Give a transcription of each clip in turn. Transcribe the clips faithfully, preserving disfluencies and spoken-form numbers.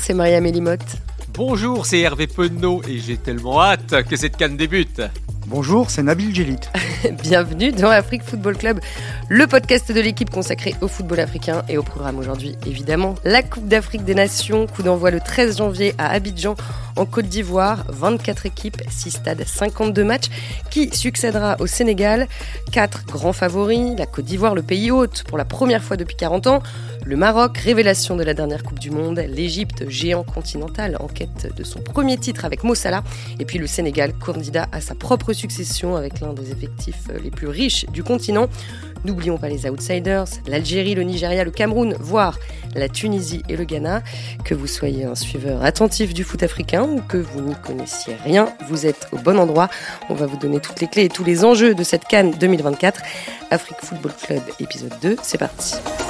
c'est Maria-Amélie Motte. Bonjour, c'est Hervé Penaud et j'ai tellement hâte que cette CAN débute. Bonjour, c'est Nabil Djellit. Bienvenue dans Afrique Football Club, le podcast de l'équipe consacré au football africain et au programme aujourd'hui, évidemment, la Coupe d'Afrique des Nations, coup d'envoi le treize janvier à Abidjan, en Côte d'Ivoire, vingt-quatre équipes, six stades, cinquante-deux matchs, qui succédera au Sénégal, quatre grands favoris, la Côte d'Ivoire, le pays hôte pour la première fois depuis quarante ans, le Maroc, révélation de la dernière Coupe du Monde, l'Égypte, géant continental en quête de son premier titre avec Mo Salah, et puis le Sénégal, candidat à sa propre succession avec l'un des effectifs les plus riches du continent. N'oublions pas les outsiders, l'Algérie, le Nigeria, le Cameroun, voire la Tunisie et le Ghana. Que vous soyez un suiveur attentif du foot africain ou que vous n'y connaissiez rien, vous êtes au bon endroit. On va vous donner toutes les clés et tous les enjeux de cette CAN deux mille vingt-quatre. Afrique Football Club, épisode deux, c'est parti.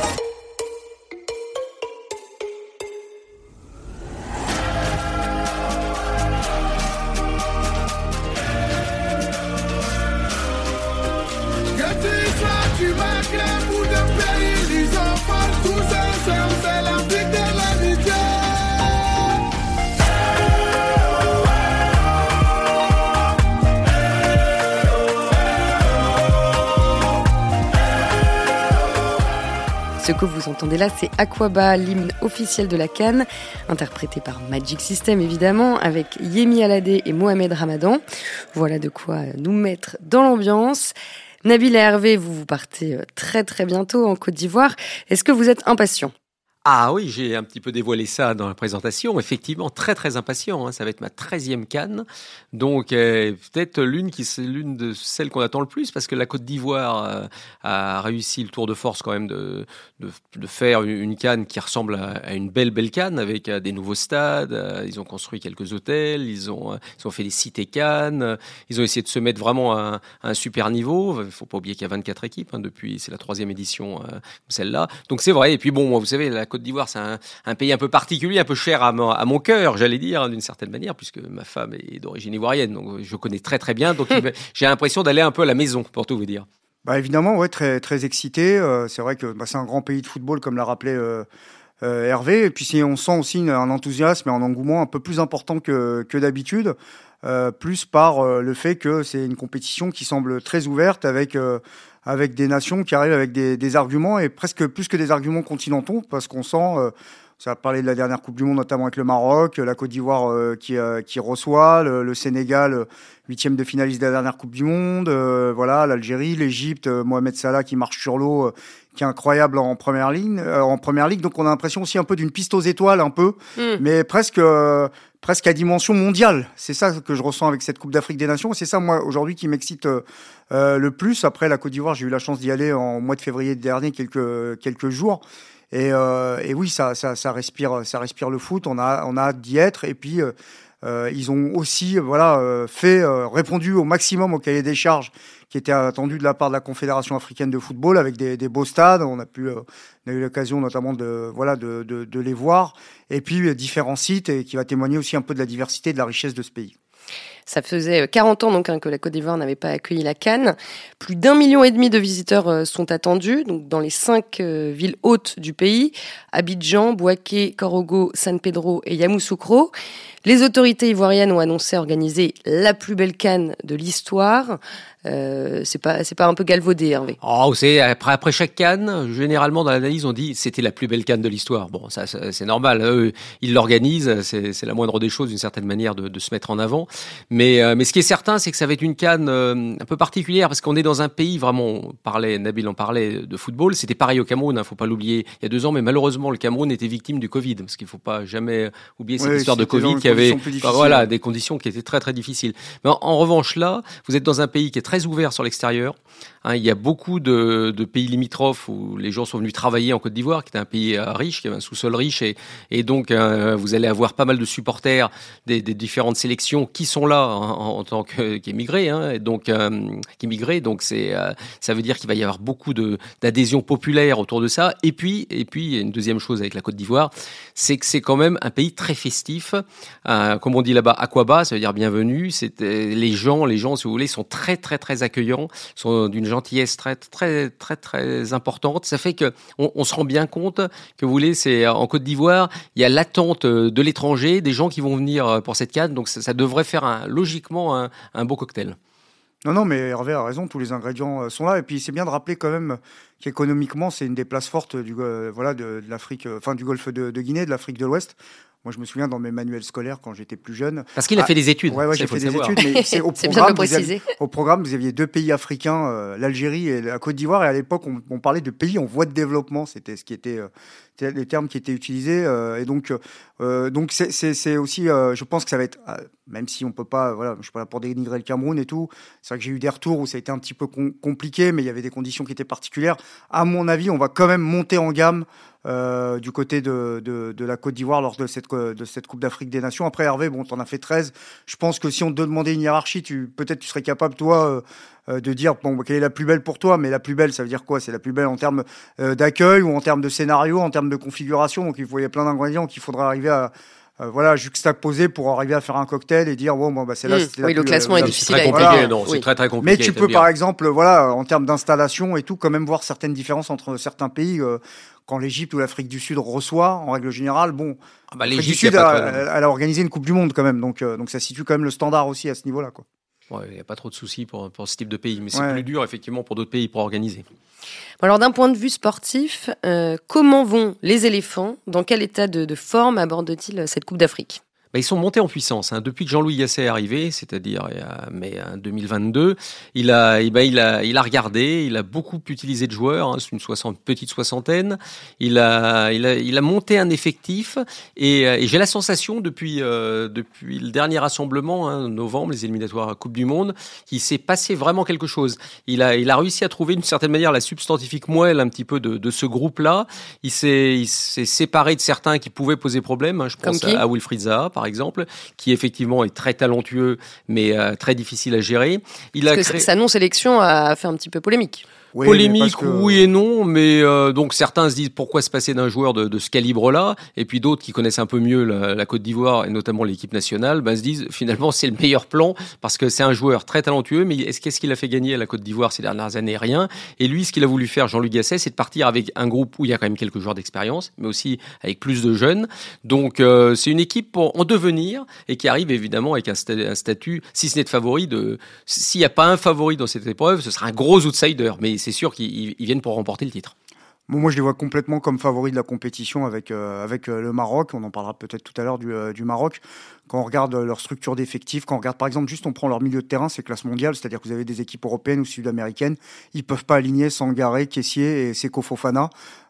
Ce que vous entendez là, c'est Aquaba, l'hymne officiel de la CAN, interprété par Magic System évidemment, avec Yemi Alade et Mohamed Ramadan. Voilà de quoi nous mettre dans l'ambiance. Nabil et Hervé, vous vous partez très très bientôt en Côte d'Ivoire. Est-ce que vous êtes impatients ? Ah oui, j'ai un petit peu dévoilé ça dans la présentation. Effectivement, très très impatient. Hein. Ça va être ma treizième CAN. Donc euh, peut-être l'une qui c'est l'une de celles qu'on attend le plus parce que la Côte d'Ivoire euh, a réussi le tour de force quand même de de, de faire une CAN qui ressemble à, à une belle belle CAN avec euh, des nouveaux stades. Euh, ils ont construit quelques hôtels, ils ont euh, ils ont fait des cités CAN. Euh, ils ont essayé de se mettre vraiment à un, à un super niveau. Il faut pas oublier qu'il y a vingt-quatre équipes hein, depuis c'est la troisième édition euh, celle-là. Donc c'est vrai. Et puis bon, moi, vous savez la Côte d'Ivoire, c'est un, un pays un peu particulier, un peu cher à mon, à mon cœur, j'allais dire, d'une certaine manière, puisque ma femme est d'origine ivoirienne, donc je connais très très bien. Donc j'ai l'impression d'aller un peu à la maison, pour tout vous dire. Bah évidemment, ouais, très très excité. Euh, c'est vrai que bah, c'est un grand pays de football, comme l'a rappelé euh, euh, Hervé. Et puis on sent aussi une, un enthousiasme et un engouement un peu plus important que que d'habitude, euh, plus par euh, le fait que c'est une compétition qui semble très ouverte avec euh, avec des nations qui arrivent avec des, des arguments et presque plus que des arguments continentaux, parce qu'on sent, euh, ça a parlé de la dernière Coupe du Monde, notamment avec le Maroc, la Côte d'Ivoire euh, qui, euh, qui reçoit, le, le Sénégal, huitième de finaliste de la dernière Coupe du Monde, euh, voilà, l'Algérie, l'Égypte, euh, Mohamed Salah qui marche sur l'eau, euh, qui est incroyable en première ligne, euh, en première ligue. Donc on a l'impression aussi un peu d'une piste aux étoiles, un peu, mm. mais presque... Euh, presque à dimension mondiale. C'est ça que je ressens avec cette Coupe d'Afrique des Nations. Et c'est ça, moi, aujourd'hui, qui m'excite euh, le plus. Après, la Côte d'Ivoire, j'ai eu la chance d'y aller en mois de février dernier, quelques, quelques jours. Et, euh, et oui, ça, ça, ça, respire, ça respire le foot. On a, on a hâte d'y être. Et puis, euh, euh, ils ont aussi voilà, euh, fait, euh, répondu au maximum au cahier des charges qui était attendu de la part de la Confédération africaine de football avec des, des beaux stades. On a pu, euh, on a eu l'occasion notamment de, voilà, de, de, de les voir. Et puis, euh, différents sites et qui va témoigner aussi un peu de la diversité et de la richesse de ce pays. Ça faisait quarante ans donc hein, que la Côte d'Ivoire n'avait pas accueilli la CAN. Plus d'un million et demi de visiteurs euh, sont attendus donc dans les cinq euh, villes hautes du pays, Abidjan, Bouaké, Korogo, San Pedro et Yamoussoukro. Les autorités ivoiriennes ont annoncé organiser la plus belle CAN de l'histoire. Euh, c'est pas, c'est pas un peu galvaudé, Hervé? Oh, vous savez, après, après chaque CAN, généralement dans l'analyse, on dit c'était la plus belle CAN de l'histoire. Bon, ça, ça c'est normal. Eux, ils l'organisent. C'est, c'est la moindre des choses, d'une certaine manière, de, de se mettre en avant. Mais, euh, mais ce qui est certain, c'est que ça va être une CAN euh, un peu particulière parce qu'on est dans un pays vraiment. On parlait, Nabil en parlait de football. C'était pareil au Cameroun. Hein, faut pas l'oublier. Il y a deux ans, mais malheureusement, le Cameroun était victime du Covid, parce qu'il faut pas jamais oublier cette oui, histoire de Covid qui avait, bah, voilà, des conditions qui étaient très très difficiles. Mais en, en revanche, là, vous êtes dans un pays qui est très ouvert sur l'extérieur. Hein, il y a beaucoup de, de pays limitrophes où les gens sont venus travailler en Côte d'Ivoire, qui est un pays euh, riche, qui avait un sous-sol riche, et, et donc euh, vous allez avoir pas mal de supporters des, des différentes sélections qui sont là en, en tant que, qu'émigrés, hein, et donc euh, qu'émigrés. Donc c'est, euh, ça veut dire qu'il va y avoir beaucoup de, d'adhésion populaire autour de ça. Et puis, et puis, il y a une deuxième chose avec la Côte d'Ivoire, c'est que c'est quand même un pays très festif. Euh, comme on dit là-bas, Aquaba, ça veut dire bienvenue. C'est, euh, les gens, les gens, si vous voulez, sont très, très, très accueillants, sont d'une gentillesse très très très très importante. Ça fait que on, on se rend bien compte que vous voulez, c'est en Côte d'Ivoire, il y a l'attente de l'étranger, des gens qui vont venir pour cette CAN, donc ça, ça devrait faire un, logiquement un, un beau cocktail. Non, non, mais Hervé a raison, tous les ingrédients sont là. Et puis, c'est bien de rappeler quand même qu'économiquement, c'est une des places fortes du, euh, voilà, de, de l'Afrique, enfin, du golfe de, de Guinée, de l'Afrique de l'Ouest. Moi, je me souviens dans mes manuels scolaires quand j'étais plus jeune. Parce qu'il a ah, fait des études. Ouais, ouais, j'ai fait des savoir. études, mais c'est au c'est programme. bien de le préciser. Vous aviez, au programme, vous aviez deux pays africains, euh, l'Algérie et la Côte d'Ivoire. Et à l'époque, on, on parlait de pays en voie de développement. C'était ce qui était, euh, les termes qui étaient utilisés. Euh, et donc, euh, donc c'est, c'est, c'est aussi, euh, je pense que ça va être, euh, même si on peut pas, voilà, je suis pas là pour dénigrer le Cameroun et tout. C'est vrai que j'ai eu des retours où ça a été un petit peu com- compliqué, mais il y avait des conditions qui étaient particulières. À mon avis, on va quand même monter en gamme. Euh, du côté de, de, de la Côte d'Ivoire lors de cette, de cette Coupe d'Afrique des Nations. Après, Hervé, bon, t'en as fait treize. Je pense que si on te demandait une hiérarchie, tu, peut-être tu serais capable, toi, euh, de dire bon, quelle est la plus belle pour toi. Mais la plus belle, ça veut dire quoi? C'est la plus belle en termes euh, d'accueil ou en termes de scénario, en termes de configuration. Donc, il faut, il y a plein d'ingrédients qu'il faudra arriver à... Euh, voilà, juxtaposer pour arriver à faire un cocktail et dire bon, bon bah c'est là. Mmh, c'était oui, la le plus, classement euh, est la- difficile. C'est très à compliqué, Voilà. non, Oui. c'est très très compliqué. Mais tu à peux établir. par exemple, voilà, en termes d'installation et tout, quand même voir certaines différences entre certains pays. Euh, quand l'Égypte ou l'Afrique du Sud reçoit, en règle générale, bon, Ah bah, l'Afrique du l'Égypte, Sud y a pas a, de problème. elle a organisé une Coupe du Monde quand même, donc euh, donc ça situe quand même le standard aussi à ce niveau-là, quoi. Il n'y a pas trop de soucis pour, pour ce type de pays, mais c'est Ouais. plus dur effectivement pour d'autres pays pour organiser. Alors d'un point de vue sportif, euh, comment vont les éléphants? Dans quel état de, de forme abordent-ils cette Coupe d'Afrique? Bah, ils sont montés en puissance. Hein. Depuis que Jean-Louis Gasset est arrivé, c'est-à-dire en mai deux mille vingt-deux, il a, eh ben, il, a, il a regardé, il a beaucoup utilisé de joueurs, hein, c'est une soixante, petite soixantaine. Il a, il, a, il a monté un effectif et, et j'ai la sensation depuis, euh, depuis le dernier rassemblement, hein, novembre, les éliminatoires à Coupe du Monde, qu'il s'est passé vraiment quelque chose. Il a, il a réussi à trouver d'une certaine manière la substantifique moelle un petit peu de, de ce groupe-là. Il s'est, il s'est séparé de certains qui pouvaient poser problème. Hein, je pense Comme qui? à, à Wilfried Zaha, par exemple, qui effectivement est très talentueux, mais euh, très difficile à gérer. Il Parce a que créé... sa non-sélection a fait un petit peu polémique. Oui, Polémique, mais parce que- oui et non, mais euh, donc certains se disent pourquoi se passer d'un joueur de, de ce calibre-là, et puis d'autres qui connaissent un peu mieux la, la Côte d'Ivoire et notamment l'équipe nationale, ben, se disent finalement c'est le meilleur plan parce que c'est un joueur très talentueux, mais est-ce qu'est-ce qu'il a fait gagner à la Côte d'Ivoire ces dernières années? Rien. Et lui, ce qu'il a voulu faire, Jean-Luc Gasset, c'est de partir avec un groupe où il y a quand même quelques joueurs d'expérience, mais aussi avec plus de jeunes. Donc euh, c'est une équipe pour en devenir et qui arrive évidemment avec un, sta- un statut, si ce n'est de favori, de s'il n'y a pas un favori dans cette épreuve, ce sera un gros outsider, mais c'est sûr qu'ils ils viennent pour remporter le titre. Bon, moi, je les vois complètement comme favoris de la compétition avec, euh, avec euh, le Maroc. On en parlera peut-être tout à l'heure du, euh, du Maroc. Quand on regarde euh, leur structure d'effectifs, quand on regarde par exemple, juste on prend leur milieu de terrain, c'est classe mondiale, c'est-à-dire que vous avez des équipes européennes ou sud-américaines, ils peuvent pas aligner Sangaré, Kessié et Seko Fofana.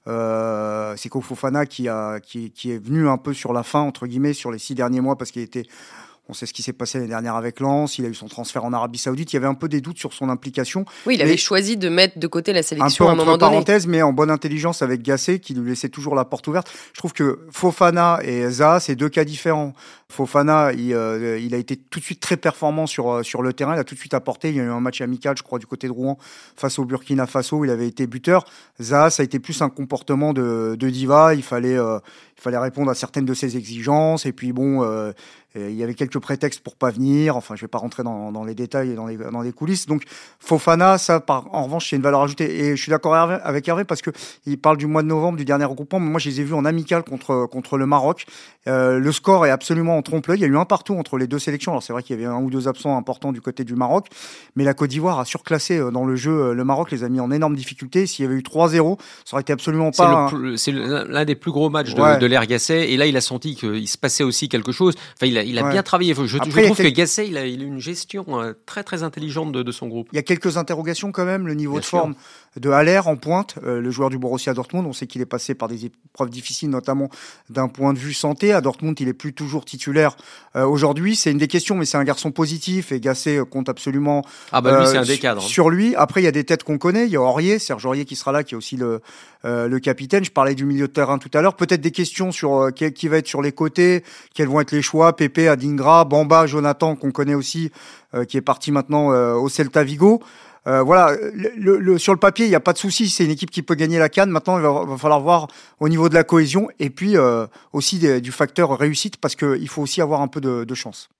Euh, Seko Fofana qui, a, qui, qui est venu un peu sur la fin, entre guillemets, sur les six derniers mois parce qu'il était... On sait ce qui s'est passé l'année dernière avec Lens. Il a eu son transfert en Arabie Saoudite. Il y avait un peu des doutes sur son implication. Oui, il Mais- avait choisi de mettre de côté la Un peu sélection à un entre moment donné. parenthèses, mais en bonne intelligence avec Gasset, qui lui laissait toujours la porte ouverte. Je trouve que Fofana et Zaha, c'est deux cas différents. Fofana, il, euh, il a été tout de suite très performant sur, euh, sur le terrain. Il a tout de suite apporté. Il y a eu un match amical, je crois, du côté de Rouen, face au Burkina Faso, où il avait été buteur. Zaha, ça a été plus un comportement de, de diva. Il fallait, euh, il fallait répondre à certaines de ses exigences. Et puis bon, euh, il y avait quelques prétextes pour pas venir. Enfin, je vais pas rentrer dans, dans les détails et dans les, dans les coulisses. Donc, Fofana, ça, par, en revanche, c'est une valeur ajoutée. Et je suis d'accord Hervé- avec Hervé parce que il parle du mois de novembre, du dernier regroupement. Mais moi, je les ai vus en amical contre, contre le Maroc. Euh, le score est absolument en trompe-l'œil. Il y a eu un partout entre les deux sélections. Alors, c'est vrai qu'il y avait un ou deux absents importants du côté du Maroc. Mais la Côte d'Ivoire a surclassé euh, dans le jeu. Le Maroc les a mis en énorme difficulté. S'il y avait eu trois zéro, ça aurait été absolument C'est, pas... le plus- c'est le- l'un des plus gros matchs de, Ouais. de l'ère Gasset. Et là, il a senti qu'il se passait aussi quelque chose. Enfin, il a, il a Ouais. bien travaillé. Je, je Après, il y a trouve quel- que Gasset, il a, il a une gestion euh, très très intelligente de, de son groupe. Il y a quelques interrogations quand même. Le niveau Bien de sûr. forme de Haller en pointe, euh, le joueur du Borussia Dortmund. On sait qu'il est passé par des épreuves difficiles, notamment d'un point de vue santé. À Dortmund, il est plus toujours titulaire euh, aujourd'hui. C'est une des questions, mais c'est un garçon positif et Gasset euh, compte absolument Ah bah lui, euh, c'est un des su- cadres. hein. sur lui. Après, il y a des têtes qu'on connaît. Il y a Aurier, Serge Aurier qui sera là, qui est aussi le, euh, le capitaine. Je parlais du milieu de terrain tout à l'heure. Peut-être des questions sur euh, qui, qui va être sur les côtés, quels vont être les choix. Pépé, Adingra, Bamba, Jonathan, qu'on connaît aussi, euh, qui est parti maintenant euh, au Celta Vigo. Euh, voilà, le, le, le- sur le papier, il n'y a pas de souci. C'est une équipe qui peut gagner la CAN. Maintenant, il va, va falloir voir au niveau de la cohésion et puis euh, aussi des- du facteur réussite parce qu'il faut aussi avoir un peu de, de chance.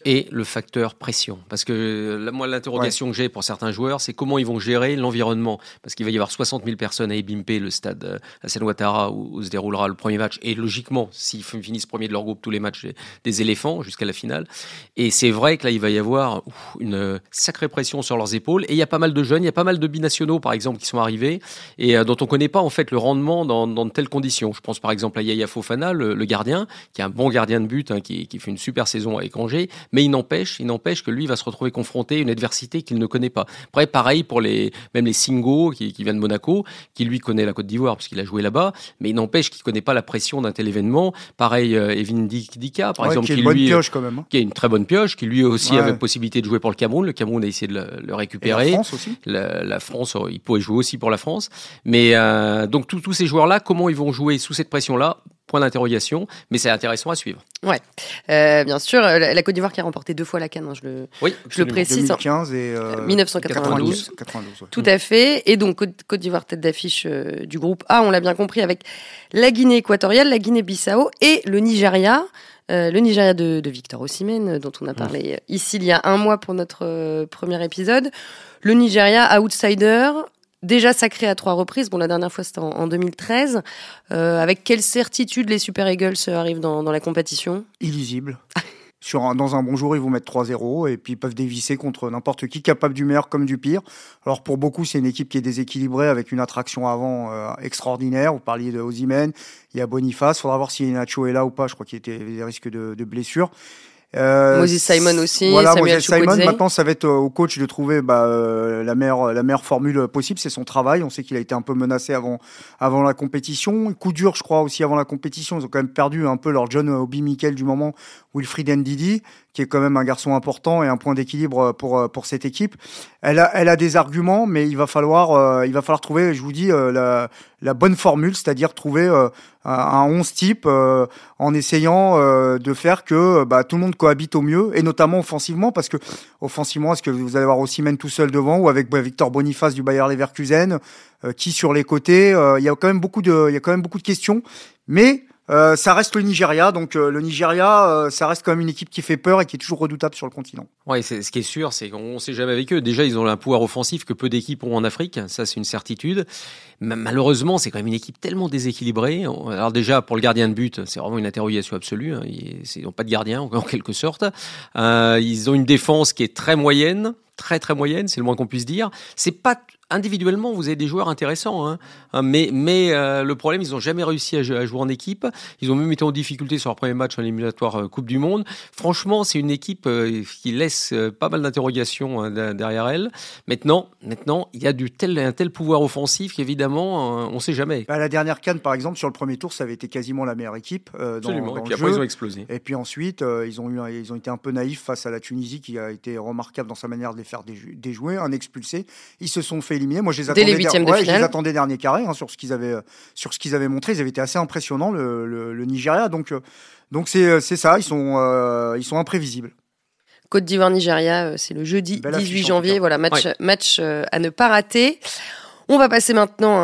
Et le facteur pression. Parce que là, moi, l'interrogation ouais. que j'ai pour certains joueurs, c'est comment ils vont gérer l'environnement. Parce qu'il va y avoir soixante mille personnes à Ebimpe, le stade Hassan Ouattara, où, où se déroulera le premier match. Et logiquement, s'ils finissent premier de leur groupe, tous les matchs des, des éléphants jusqu'à la finale. Et c'est vrai que là, il va y avoir ouf, une sacrée pression sur leurs épaules. Et il y a pas mal de jeunes, il y a pas mal de binationaux, par exemple, qui sont arrivés et euh, dont on ne connaît pas en fait le rendement dans, dans de telles conditions. Je pense par exemple à Yaya Fofana, le, le gardien, qui est un bon gardien de but, hein, qui, qui fait une super saison avec Angers. Mais il n'empêche, il n'empêche que lui va se retrouver confronté à une adversité qu'il ne connaît pas. Après, pareil pour les, même les Singo, qui, qui vient de Monaco, qui lui connaît la Côte d'Ivoire parce qu'il a joué là-bas, mais il n'empêche qu'il connaît pas la pression d'un tel événement. Pareil, euh, Evin Dika, par ouais, exemple, qui, est qui une bonne lui, pioche quand même, hein. qui est une très bonne pioche, qui lui aussi ouais. avait possibilité de jouer pour le Cameroun. Le Cameroun a essayé de le, le récupérer. Et la France aussi. La, la France, il pourrait jouer aussi pour la France. Mais euh, donc tous tous ces joueurs-là, comment ils vont jouer sous cette pression-là? Point d'interrogation, mais c'est intéressant à suivre. Ouais, euh, bien sûr, la, la Côte d'Ivoire qui a remporté deux fois la CAN, hein, je le, oui, je le précise. deux mille quinze et euh, mille neuf cent quatre-vingt-douze. quatre-vingt-douze ouais. Tout à fait. Et donc Côte, Côte d'Ivoire tête d'affiche euh, du groupe A, on l'a bien compris, avec la Guinée équatoriale, la Guinée-Bissau et le Nigeria. Euh, le Nigeria de, de Victor Osimhen, dont on a parlé mmh. ici il y a un mois pour notre euh, premier épisode. Le Nigeria, outsider, déjà sacré à trois reprises. Bon, la dernière fois, c'était en, en deux mille treize. Euh, avec quelle certitude les Super Eagles arrivent dans, dans la compétition? Illisible. Sur un, dans un bon jour, ils vont mettre trois zéro et puis ils peuvent dévisser contre n'importe qui, capable du meilleur comme du pire. Alors pour beaucoup, c'est une équipe qui est déséquilibrée avec une attraction avant euh, extraordinaire. Vous parliez de Osimhen, il y a Boniface. Il faudra voir si Nacho est là ou pas. Je crois qu'il était des risques de, de blessure. Euh, Moses Simon aussi, voilà, Samuel Moses Simon. Chukwueze. Maintenant, ça va être au coach de trouver bah, euh, la meilleure, la meilleure formule possible. C'est son travail. On sait qu'il a été un peu menacé avant, avant la compétition. Coup dur, je crois, aussi avant la compétition. Ils ont quand même perdu un peu leur John Obi Mikel du moment, Wilfried Ndidi, qui est quand même un garçon important et un point d'équilibre pour pour cette équipe. Elle a, elle a des arguments, mais il va falloir, euh, il va falloir trouver, je vous dis, euh, la, la bonne formule, c'est-à-dire trouver euh, un onze type euh, en essayant euh, de faire que bah, tout le monde cohabite au mieux, et notamment offensivement, parce que offensivement, est-ce que vous allez avoir Osimhen tout seul devant ou avec bah, Victor Boniface du Bayer Leverkusen, euh, qui sur les côtés, il euh, y a quand même beaucoup de, il y a quand même beaucoup de questions, mais Euh, ça reste le Nigeria, donc euh, le Nigeria, euh, ça reste quand même une équipe qui fait peur et qui est toujours redoutable sur le continent. Oui, c'est, ce qui est sûr, c'est qu'on ne sait jamais avec eux. Déjà, ils ont un pouvoir offensif que peu d'équipes ont en Afrique, ça c'est une certitude. Mais malheureusement, c'est quand même une équipe tellement déséquilibrée. Alors déjà, pour le gardien de but, c'est vraiment une interrogation absolue. Hein. Ils n'ont pas de gardien, en quelque sorte. Euh, ils ont une défense qui est très moyenne, très très moyenne, c'est le moins qu'on puisse dire. C'est pas individuellement, vous avez des joueurs intéressants, hein. mais mais euh, le problème, ils n'ont jamais réussi à jouer, à jouer en équipe. Ils ont même été en difficulté sur leur premier match en éliminatoire euh, Coupe du Monde. Franchement, c'est une équipe euh, qui laisse euh, pas mal d'interrogations euh, derrière elle. Maintenant, maintenant, il y a du tel un tel pouvoir offensif qu'évidemment, euh, on ne sait jamais. À la dernière CAN, par exemple, sur le premier tour, ça avait été quasiment la meilleure équipe. Euh, dans, Absolument. dans et puis le après, jeu. ils ont explosé. Et puis ensuite, euh, ils ont eu, un, ils ont été un peu naïfs face à la Tunisie, qui a été remarquable dans sa manière de les faire déjouer, un expulsé. Ils se sont fait éliminer. Moi, je les attendais, dès les huitièmes de ouais, finale. Je les attendais dernier carré hein, sur ce qu'ils avaient, sur ce qu'ils avaient montré. Ils avaient été assez impressionnants, le, le, le Nigeria. Donc, euh, donc c'est, c'est ça. Ils sont, euh, ils sont imprévisibles. Côte d'Ivoire-Nigeria, c'est le jeudi dix-huit janvier. Voilà, match, ouais. match à ne pas rater. On va passer maintenant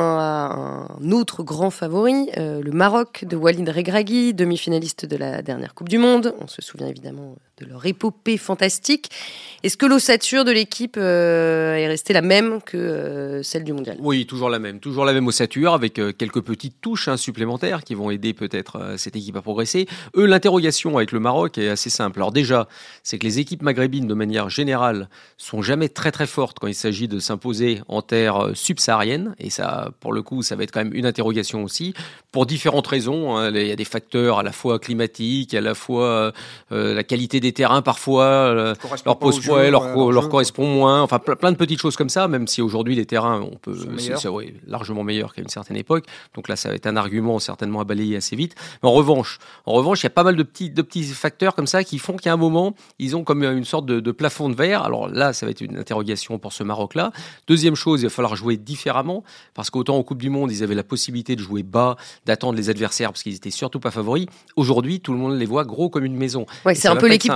à un autre grand favori, euh, le Maroc de Walid Regragui, demi-finaliste de la dernière Coupe du Monde. On se souvient évidemment de leur épopée fantastique. Est-ce que l'ossature de l'équipe euh, est restée la même que euh, celle du Mondial ? Oui, toujours la même. Toujours la même ossature, avec euh, quelques petites touches hein, supplémentaires qui vont aider peut-être euh, cette équipe à progresser. Eux, l'interrogation avec le Maroc est assez simple. Alors déjà, c'est que les équipes maghrébines, de manière générale, sont jamais très très fortes quand il s'agit de s'imposer en terre subsaharienne. Et ça, pour le coup, ça va être quand même une interrogation aussi, pour différentes raisons. Hein. Il y a des facteurs à la fois climatiques, à la fois euh, la qualité des terrains parfois, euh, leur pose poids, ouais, leur, co- leur jeu, correspond ouais. moins, enfin plein de petites choses comme ça, même si aujourd'hui les terrains on peut, c'est, c'est ouais, largement meilleurs qu'à une certaine époque. Donc là, ça va être un argument certainement à balayer assez vite. Mais en revanche, en revanche, il y a pas mal de petits, de petits facteurs comme ça qui font qu'à un moment, ils ont comme une sorte de, de plafond de verre. Alors là, ça va être une interrogation pour ce Maroc-là. Deuxième chose, il va falloir jouer différemment, parce qu'autant en Coupe du Monde, ils avaient la possibilité de jouer bas, d'attendre les adversaires, parce qu'ils étaient surtout pas favoris. Aujourd'hui, tout le monde les voit gros comme une maison. Ouais, c'est un peu l'équipe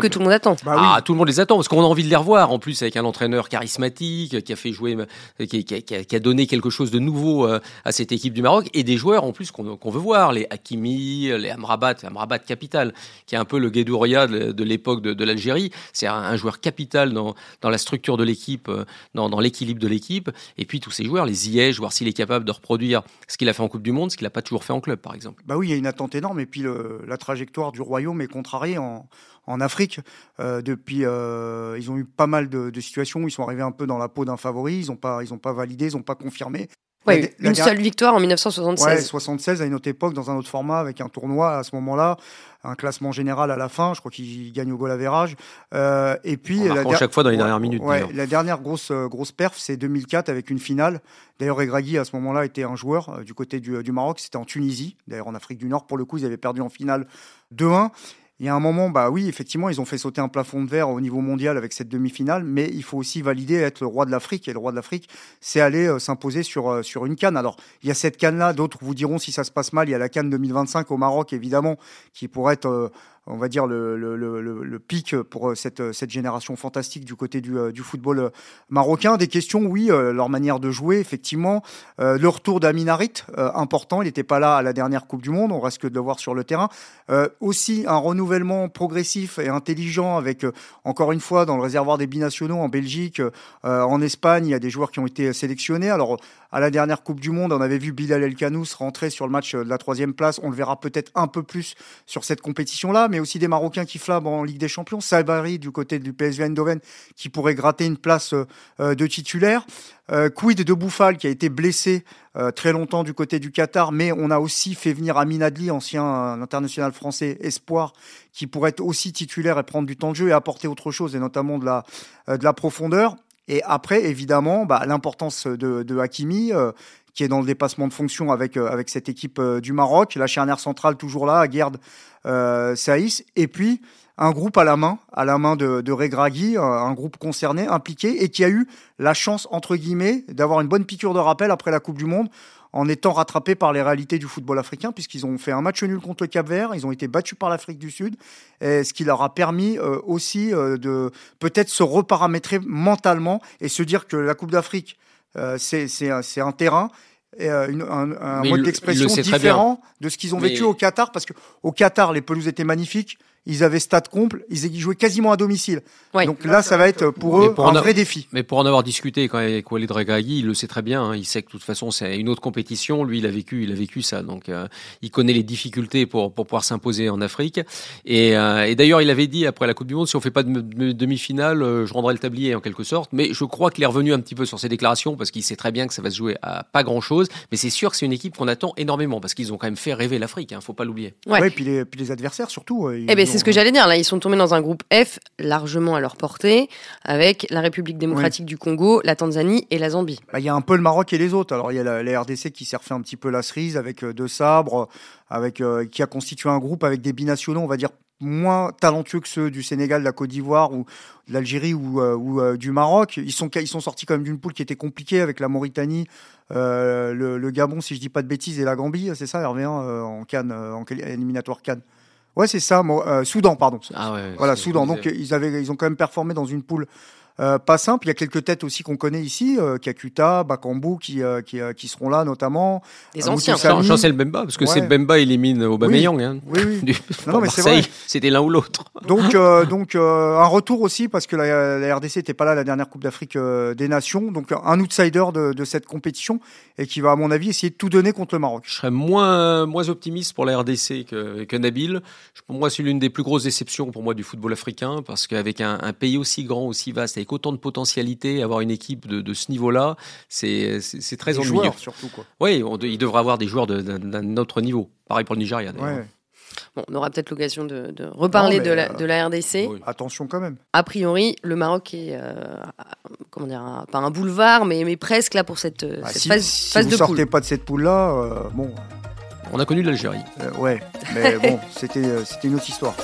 que tout le monde attend. Bah oui. Ah, tout le monde les attend parce qu'on a envie de les revoir. En plus, avec un entraîneur charismatique qui a fait jouer, qui, qui, qui, a, qui a donné quelque chose de nouveau à cette équipe du Maroc et des joueurs en plus qu'on, qu'on veut voir, les Hakimi, les Amrabat, Amrabat capital, qui est un peu le Guédouria de, de l'époque de, de l'Algérie. C'est un, un joueur capital dans, dans la structure de l'équipe, dans, dans l'équilibre de l'équipe. Et puis tous ces joueurs, les Ziyech, voir s'il est capable de reproduire ce qu'il a fait en Coupe du Monde, ce qu'il n'a pas toujours fait en club, par exemple. Bah oui, il y a une attente énorme. Et puis le, la trajectoire du Royaume est contrariée en, en Afrique. Euh, depuis, euh, ils ont eu pas mal de, de situations où ils sont arrivés un peu dans la peau d'un favori. Ils n'ont pas, ils ont pas validé, ils n'ont pas confirmé. Ouais, la, une la seule dernière... victoire en dix-neuf cent soixante-seize. Ouais, soixante-seize à une autre époque, dans un autre format, avec un tournoi à ce moment-là, un classement général à la fin. Je crois qu'ils gagnent au goal average. Euh, et puis, en marquant la... chaque fois dans les ouais, dernières minutes. Ouais, la dernière grosse grosse perf, c'est deux mille quatre avec une finale. D'ailleurs, Regragui à ce moment-là était un joueur euh, du côté du, du Maroc. C'était en Tunisie, d'ailleurs en Afrique du Nord. Pour le coup, ils avaient perdu en finale deux un. Il y a un moment, bah oui, effectivement, ils ont fait sauter un plafond de verre au niveau mondial avec cette demi-finale, mais il faut aussi valider être le roi de l'Afrique. Et le roi de l'Afrique, c'est aller euh, s'imposer sur, euh, sur une CAN. Alors, il y a cette CAN-là, d'autres vous diront si ça se passe mal, il y a la CAN deux mille vingt-cinq au Maroc, évidemment, qui pourrait être, euh, on va dire, le, le, le, le pic pour cette, cette génération fantastique du côté du, du football marocain. Des questions, oui, euh, leur manière de jouer, effectivement. Euh, le retour d'Amin Harit, euh, important, il n'était pas là à la dernière Coupe du Monde, on reste que de le voir sur le terrain. Euh, aussi, un renouvellement progressif et intelligent avec, euh, encore une fois, dans le réservoir des binationaux en Belgique, euh, en Espagne, il y a des joueurs qui ont été sélectionnés. Alors, à la dernière Coupe du Monde, on avait vu Bilal El Khanous rentrer sur le match de la troisième place. On le verra peut-être un peu plus sur cette compétition-là, mais aussi des Marocains qui flambent en Ligue des Champions. Sabari du côté du P S V Eindhoven qui pourrait gratter une place euh, de titulaire. Euh, quid de Bouffal qui a été blessé euh, très longtemps du côté du Qatar, mais on a aussi fait venir Amin Adli, ancien euh, international français espoir, qui pourrait être aussi titulaire et prendre du temps de jeu et apporter autre chose, et notamment de la, euh, de la profondeur. Et après, évidemment, bah, l'importance de, de Hakimi, euh, qui est dans le dépassement de fonction avec, euh, avec cette équipe euh, du Maroc. La charnière centrale toujours là, Aguerd, euh, Saïs. Et puis, un groupe à la main, à la main de, de Regragui, un groupe concerné, impliqué, et qui a eu la chance, entre guillemets, d'avoir une bonne piqûre de rappel après la Coupe du Monde, en étant rattrapés par les réalités du football africain, puisqu'ils ont fait un match nul contre le Cap-Vert, ils ont été battus par l'Afrique du Sud, et ce qui leur a permis euh, aussi euh, de peut-être se reparamétrer mentalement et se dire que la Coupe d'Afrique, euh, c'est, c'est, c'est un terrain, et euh, une, un, un mode il, d'expression il différent de ce qu'ils ont Mais... vécu au Qatar, parce qu'au Qatar, les pelouses étaient magnifiques, ils avaient stade comble, ils jouaient quasiment à domicile. Ouais. Donc là, ça va être pour eux pour un a... vrai défi. Mais pour en avoir discuté quand avec Walid Regragui, il le sait très bien. Hein, il sait que de toute façon, c'est une autre compétition. Lui, il a vécu, il a vécu ça. Donc, euh, il connaît les difficultés pour pour pouvoir s'imposer en Afrique. Et, euh, et d'ailleurs, il avait dit après la Coupe du Monde, si on fait pas de, de demi-finale, euh, je rendrai le tablier en quelque sorte. Mais je crois qu'il est revenu un petit peu sur ses déclarations parce qu'il sait très bien que ça va se jouer à pas grand-chose. Mais c'est sûr que c'est une équipe qu'on attend énormément parce qu'ils ont quand même fait rêver l'Afrique. Hein, faut pas l'oublier. Ouais. ouais puis les puis les adversaires surtout. Eh ben, c'est ce que j'allais dire. Là, ils sont tombés dans un groupe F largement à leur portée, avec la République démocratique oui. du Congo, la Tanzanie et la Zambie. Bah, il y a un peu le Maroc et les autres. Alors il y a la, la R D C qui s'est refait un petit peu la cerise avec euh, deux sabres, avec euh, qui a constitué un groupe avec des binationaux, on va dire moins talentueux que ceux du Sénégal, de la Côte d'Ivoire ou de l'Algérie ou, euh, ou euh, du Maroc. Ils sont ils sont sortis quand même d'une poule qui était compliquée avec la Mauritanie, euh, le, le Gabon, si je dis pas de bêtises, et la Gambie. C'est ça, Hervé, hein, en CAN, en éliminatoire CAN. Ouais, c'est ça. Euh, Soudan, pardon. Ah ouais, voilà, Soudan. Donc ils avaient, ils ont quand même performé dans une poule euh, pas simple. Il y a quelques têtes aussi qu'on connaît ici, euh, Kakuta, Bakambu, qui, euh, qui, euh, qui seront là notamment. Des euh, anciens. Chancel Bemba, parce que ouais. c'est Bemba élimine Aubameyang. Oui, hein. oui, oui. Du, non, non, mais Marseille, c'est vrai. C'était l'un ou l'autre. Donc, euh, donc euh, un retour aussi parce que la, la R D C n'était pas là à la dernière Coupe d'Afrique euh, des Nations. Donc un outsider de, de cette compétition et qui va, à mon avis, essayer de tout donner contre le Maroc. Je serais moins, moins optimiste pour la R D C que, que Nabil. Pour moi, c'est l'une des plus grosses déceptions pour moi du football africain parce qu'avec un, un pays aussi grand, aussi vaste, avec autant de potentialité, avoir une équipe de, de ce niveau-là, c'est, c'est, c'est très ennuyeux. Joueurs surtout, quoi. Oui, on, il devrait avoir des joueurs de, d'un, d'un autre niveau. Pareil pour le Nigeria, d'ailleurs. Ouais. Bon, on aura peut-être l'occasion de, de reparler non, de, la, euh, de la R D C. Oui. Attention quand même. A priori, le Maroc est, euh, comment dire, un, pas un boulevard, mais, mais presque là pour cette, bah, cette si, phase, si phase vous de poule. Si vous sortez pas de cette poule-là, euh, bon... On a connu l'Algérie. Euh, ouais, mais bon, c'était, euh, c'était une autre histoire.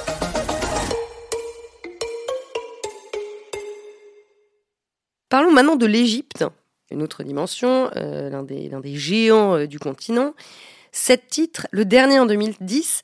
Parlons maintenant de l'Égypte, une autre dimension, euh, l'un, des, l'un des géants euh, du continent. Sept titres, le dernier en deux mille dix.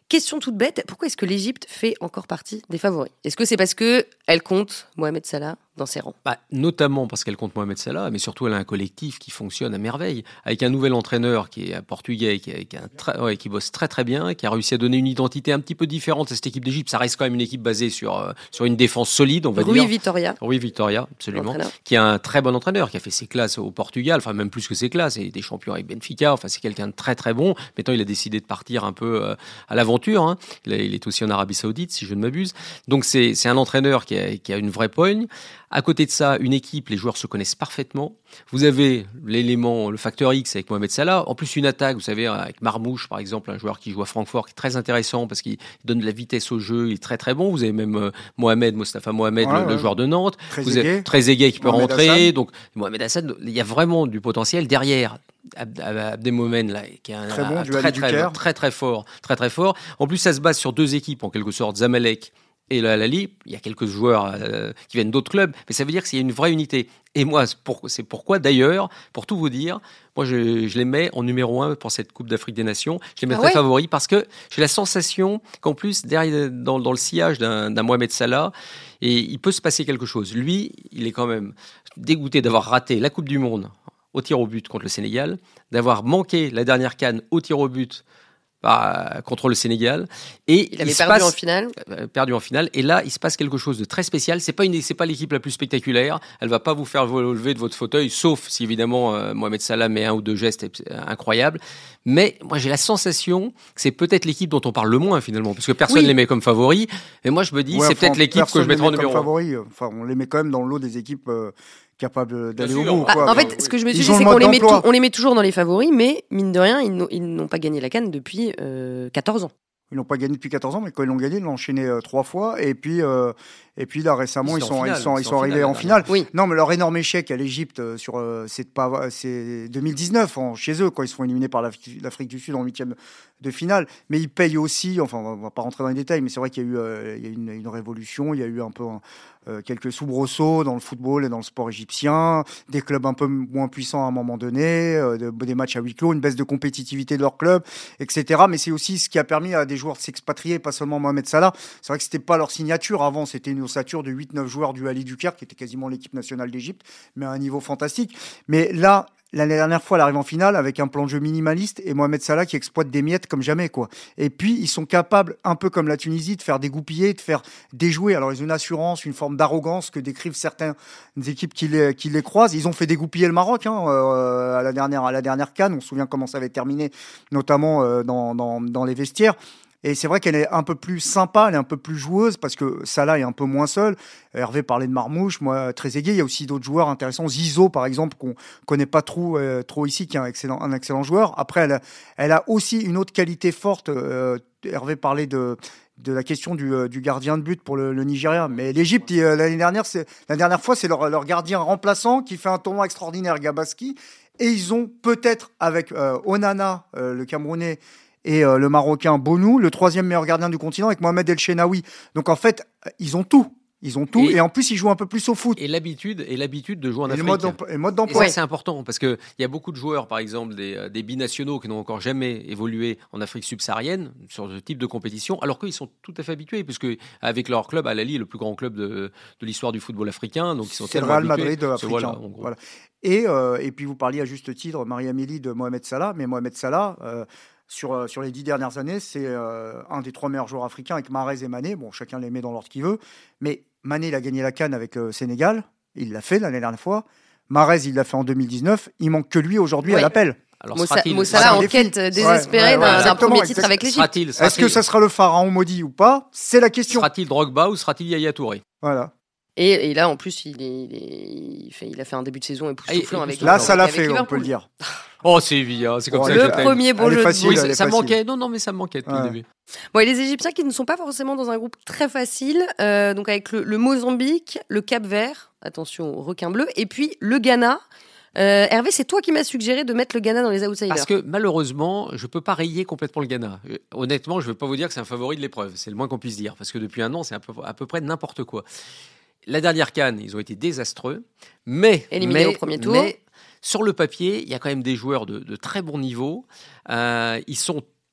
Question toute bête, pourquoi est-ce que l'Égypte fait encore partie des favoris ? Est-ce que c'est parce que elle compte Mohamed Salah dans ses rangs ? Bah, notamment parce qu'elle compte Mohamed Salah, mais surtout elle a un collectif qui fonctionne à merveille, avec un nouvel entraîneur qui est portugais, qui, est, qui, est un très, ouais, qui bosse très très bien, qui a réussi à donner une identité un petit peu différente à cette équipe d'Égypte. Ça reste quand même une équipe basée sur, euh, sur une défense solide, on va Rui dire. Vitória. Rui Vitória, absolument. L'entraîneur. Qui est un très bon entraîneur, qui a fait ses classes au Portugal, enfin même plus que ses classes, et des champions avec Benfica, enfin c'est quelqu'un de très très bon. Maintenant il a décidé de partir un peu euh, à l'aventure, hein. il, a, il est aussi en Arabie Saoudite, si je ne m'abuse. Donc c'est, c'est un entraîneur qui a, qui a une vraie poigne. À côté de ça, une équipe, les joueurs se connaissent parfaitement. Vous avez l'élément, le facteur X avec Mohamed Salah. En plus, une attaque, vous savez, avec Marmouche, par exemple, un joueur qui joue à Francfort, qui est très intéressant parce qu'il donne de la vitesse au jeu, il est très très bon. Vous avez même euh, Mohamed, Mostafa Mohamed, ouais, le, ouais. le joueur de Nantes. Très vous avez aigué. très aigué qui peut Mohamed rentrer. Hassan. Donc, Mohamed Hassan, il y a vraiment du potentiel derrière. Abdelmomen là, qui est un, Très bon, un du très, Ali très, Duker. très très fort, très très fort. En plus, ça se base sur deux équipes en quelque sorte, Zamalek et le Al-Ahly. Il y a quelques joueurs euh, qui viennent d'autres clubs, mais ça veut dire qu'il y a une vraie unité. Et moi, c'est, pour, c'est pourquoi d'ailleurs, pour tout vous dire, moi je, je les mets en numéro un pour cette Coupe d'Afrique des Nations. Je les mettrais Ah ouais favoris parce que j'ai la sensation qu'en plus, derrière, dans, dans le sillage d'un, d'un Mohamed Salah, et il peut se passer quelque chose. Lui, il est quand même dégoûté d'avoir raté la Coupe du Monde au tir au but contre le Sénégal, d'avoir manqué la dernière CAN au tir au but bah, contre le Sénégal, et Il avait il perdu passe, en finale. euh, perdu en finale, et là il se passe quelque chose de très spécial. C'est pas une, c'est pas l'équipe la plus spectaculaire. Elle va pas vous faire vous lever de votre fauteuil, sauf si évidemment euh, Mohamed Salah met un ou deux gestes euh, incroyables. Mais moi j'ai la sensation que c'est peut-être l'équipe dont on parle le moins finalement, parce que personne Oui. les met comme favoris. Et moi je me dis Ouais, c'est enfin, peut-être l'équipe que je personne mettrai en les met comme numéro un. favori. Enfin, on les met quand même dans le lot des équipes euh, capables d'aller Bien au sûr. bout. Bah, quoi. en Enfin, fait, ce que je me suis ils dit, ont c'est le qu'on mode les, met d'emploi. tou- on les met toujours dans les favoris, mais mine de rien, ils n'ont, ils n'ont pas gagné la CAN depuis euh, quatorze ans. Ils n'ont pas gagné depuis quatorze ans, mais quand ils l'ont gagné, ils l'ont enchaîné euh, trois fois. Et puis, euh, et puis là, récemment, Ils ils sont en sont, ils finale, sont, ils ils sont sont en arrivés finale, en la finale. Oui. Non, mais leur énorme échec à l'Égypte, euh, sur, euh, c'est, pas, c'est deux mille dix-neuf, en, chez eux, quand ils se font éliminer par l'Afrique, l'Afrique du Sud en huitième de finale. Mais ils payent aussi, enfin, on ne va pas rentrer dans les détails, mais c'est vrai qu'il y a eu, euh, il y a eu une, une révolution, il y a eu un peu un, euh, quelques soubresauts dans le football et dans le sport égyptien, des clubs un peu moins puissants à un moment donné, euh, de, des matchs à huis clos, une baisse de compétitivité de leur club, et cetera. Mais c'est aussi ce qui a permis à des joueurs de s'expatrier, pas seulement Mohamed Salah. C'est vrai que c'était pas leur signature avant, c'était une ossature de huit neuf joueurs du Ali Duker, qui était quasiment l'équipe nationale d'Égypte, mais à un niveau fantastique. Mais là, l'année dernière fois, elle arrive en finale avec un plan de jeu minimaliste et Mohamed Salah qui exploite des miettes comme jamais, quoi. Et puis, ils sont capables, un peu comme la Tunisie, de faire dégoupiller, de faire déjouer. Alors, ils ont une assurance, une forme d'arrogance que décrivent certaines équipes qui les, qui les croisent. Ils ont fait dégoupiller le Maroc, hein, euh, à la dernière, à la dernière CAN. On se souvient comment ça avait terminé, notamment euh, dans, dans, dans les vestiaires. Et c'est vrai qu'elle est un peu plus sympa, elle est un peu plus joueuse parce que Salah est un peu moins seul. Hervé parlait de Marmouche, moi Trezeguet. Il y a aussi d'autres joueurs intéressants. Zizou, par exemple, qu'on connaît pas trop, euh, trop ici, qui est un excellent, un excellent joueur. Après, elle a, elle a aussi une autre qualité forte. Euh, Hervé parlait de de la question du, euh, du gardien de but pour le, le Nigeria. Mais l'Égypte, euh, l'année dernière, c'est la dernière fois, c'est leur, leur gardien remplaçant qui fait un tournoi extraordinaire, Gabaski. Et ils ont peut-être avec euh, Onana, euh, le Camerounais, et euh, le Marocain Bonou, le troisième meilleur gardien du continent avec Mohamed El Shenaoui. Donc en fait, ils ont tout. Ils ont tout. Et, et en plus, ils jouent un peu plus au foot. Et l'habitude, et l'habitude de jouer en et Afrique. Le mode d'emploi, et le mode Et d'emploi. ça, c'est important parce qu'il y a beaucoup de joueurs, par exemple, des, des binationaux qui n'ont encore jamais évolué en Afrique subsaharienne sur ce type de compétition, alors qu'ils sont tout à fait habitués, puisque avec leur club, Al-Ahly, le plus grand club de, de l'histoire du football africain, donc ils sont c'est le tellement Real habitués. Madrid africain. Voilà, en gros. Voilà. Et, euh, et puis, vous parliez à juste titre, Marie-Amélie, de Mohamed Salah. Mais Mohamed Salah... Euh, Sur, sur les dix dernières années, c'est euh, un des trois meilleurs joueurs africains avec Mahrez et Mané. Bon, chacun les met dans l'ordre qu'il veut. Mais Mané, il a gagné la CAN avec le euh, Sénégal. Il l'a fait l'année dernière fois. Mahrez, il l'a fait en deux mille dix-neuf. Il manque que lui aujourd'hui ouais. à l'appel. Alors, Mo sera-t-il, Mo Salah un en défi. quête désespérée Ouais, ouais, ouais, d'un, d'un premier exactement, titre avec l'Égypte. Sera-t-il, sera-t-il, Est-ce que ça sera le pharaon maudit ou pas? C'est la question. Sera-t-il Drogba ou sera-t-il Yaya Touré? Voilà. Et, et là, en plus, il, est, il, est, il, fait, il a fait un début de saison époustouflant avec Là, ça l'a avec fait, on Liverpool. peut le dire. Oh, c'est évident, c'est comme Oh, ça le que je t'aime. premier beau Elle est jeu de facile, mots. Oui, elle est ça facile. manquait. Non, non, mais ça manquait depuis Ouais. le début. Bon, et les Égyptiens qui ne sont pas forcément dans un groupe très facile, euh, donc avec le, le Mozambique, le Cap-Vert, attention au requin bleu, et puis le Ghana. Euh, Hervé, c'est toi qui m'as suggéré de mettre le Ghana dans les outsiders. Parce que malheureusement, je ne peux pas rayer complètement le Ghana. Euh, Honnêtement, je ne veux pas vous dire que c'est un favori de l'épreuve. C'est le moins qu'on puisse dire. Parce que depuis un an, c'est à peu, à peu près n'importe quoi. La dernière CAN, ils ont été désastreux. Mais, Éliminés mais, au premier tour. mais sur le papier, il y a quand même des joueurs de, de très bon niveau. Euh, ils sont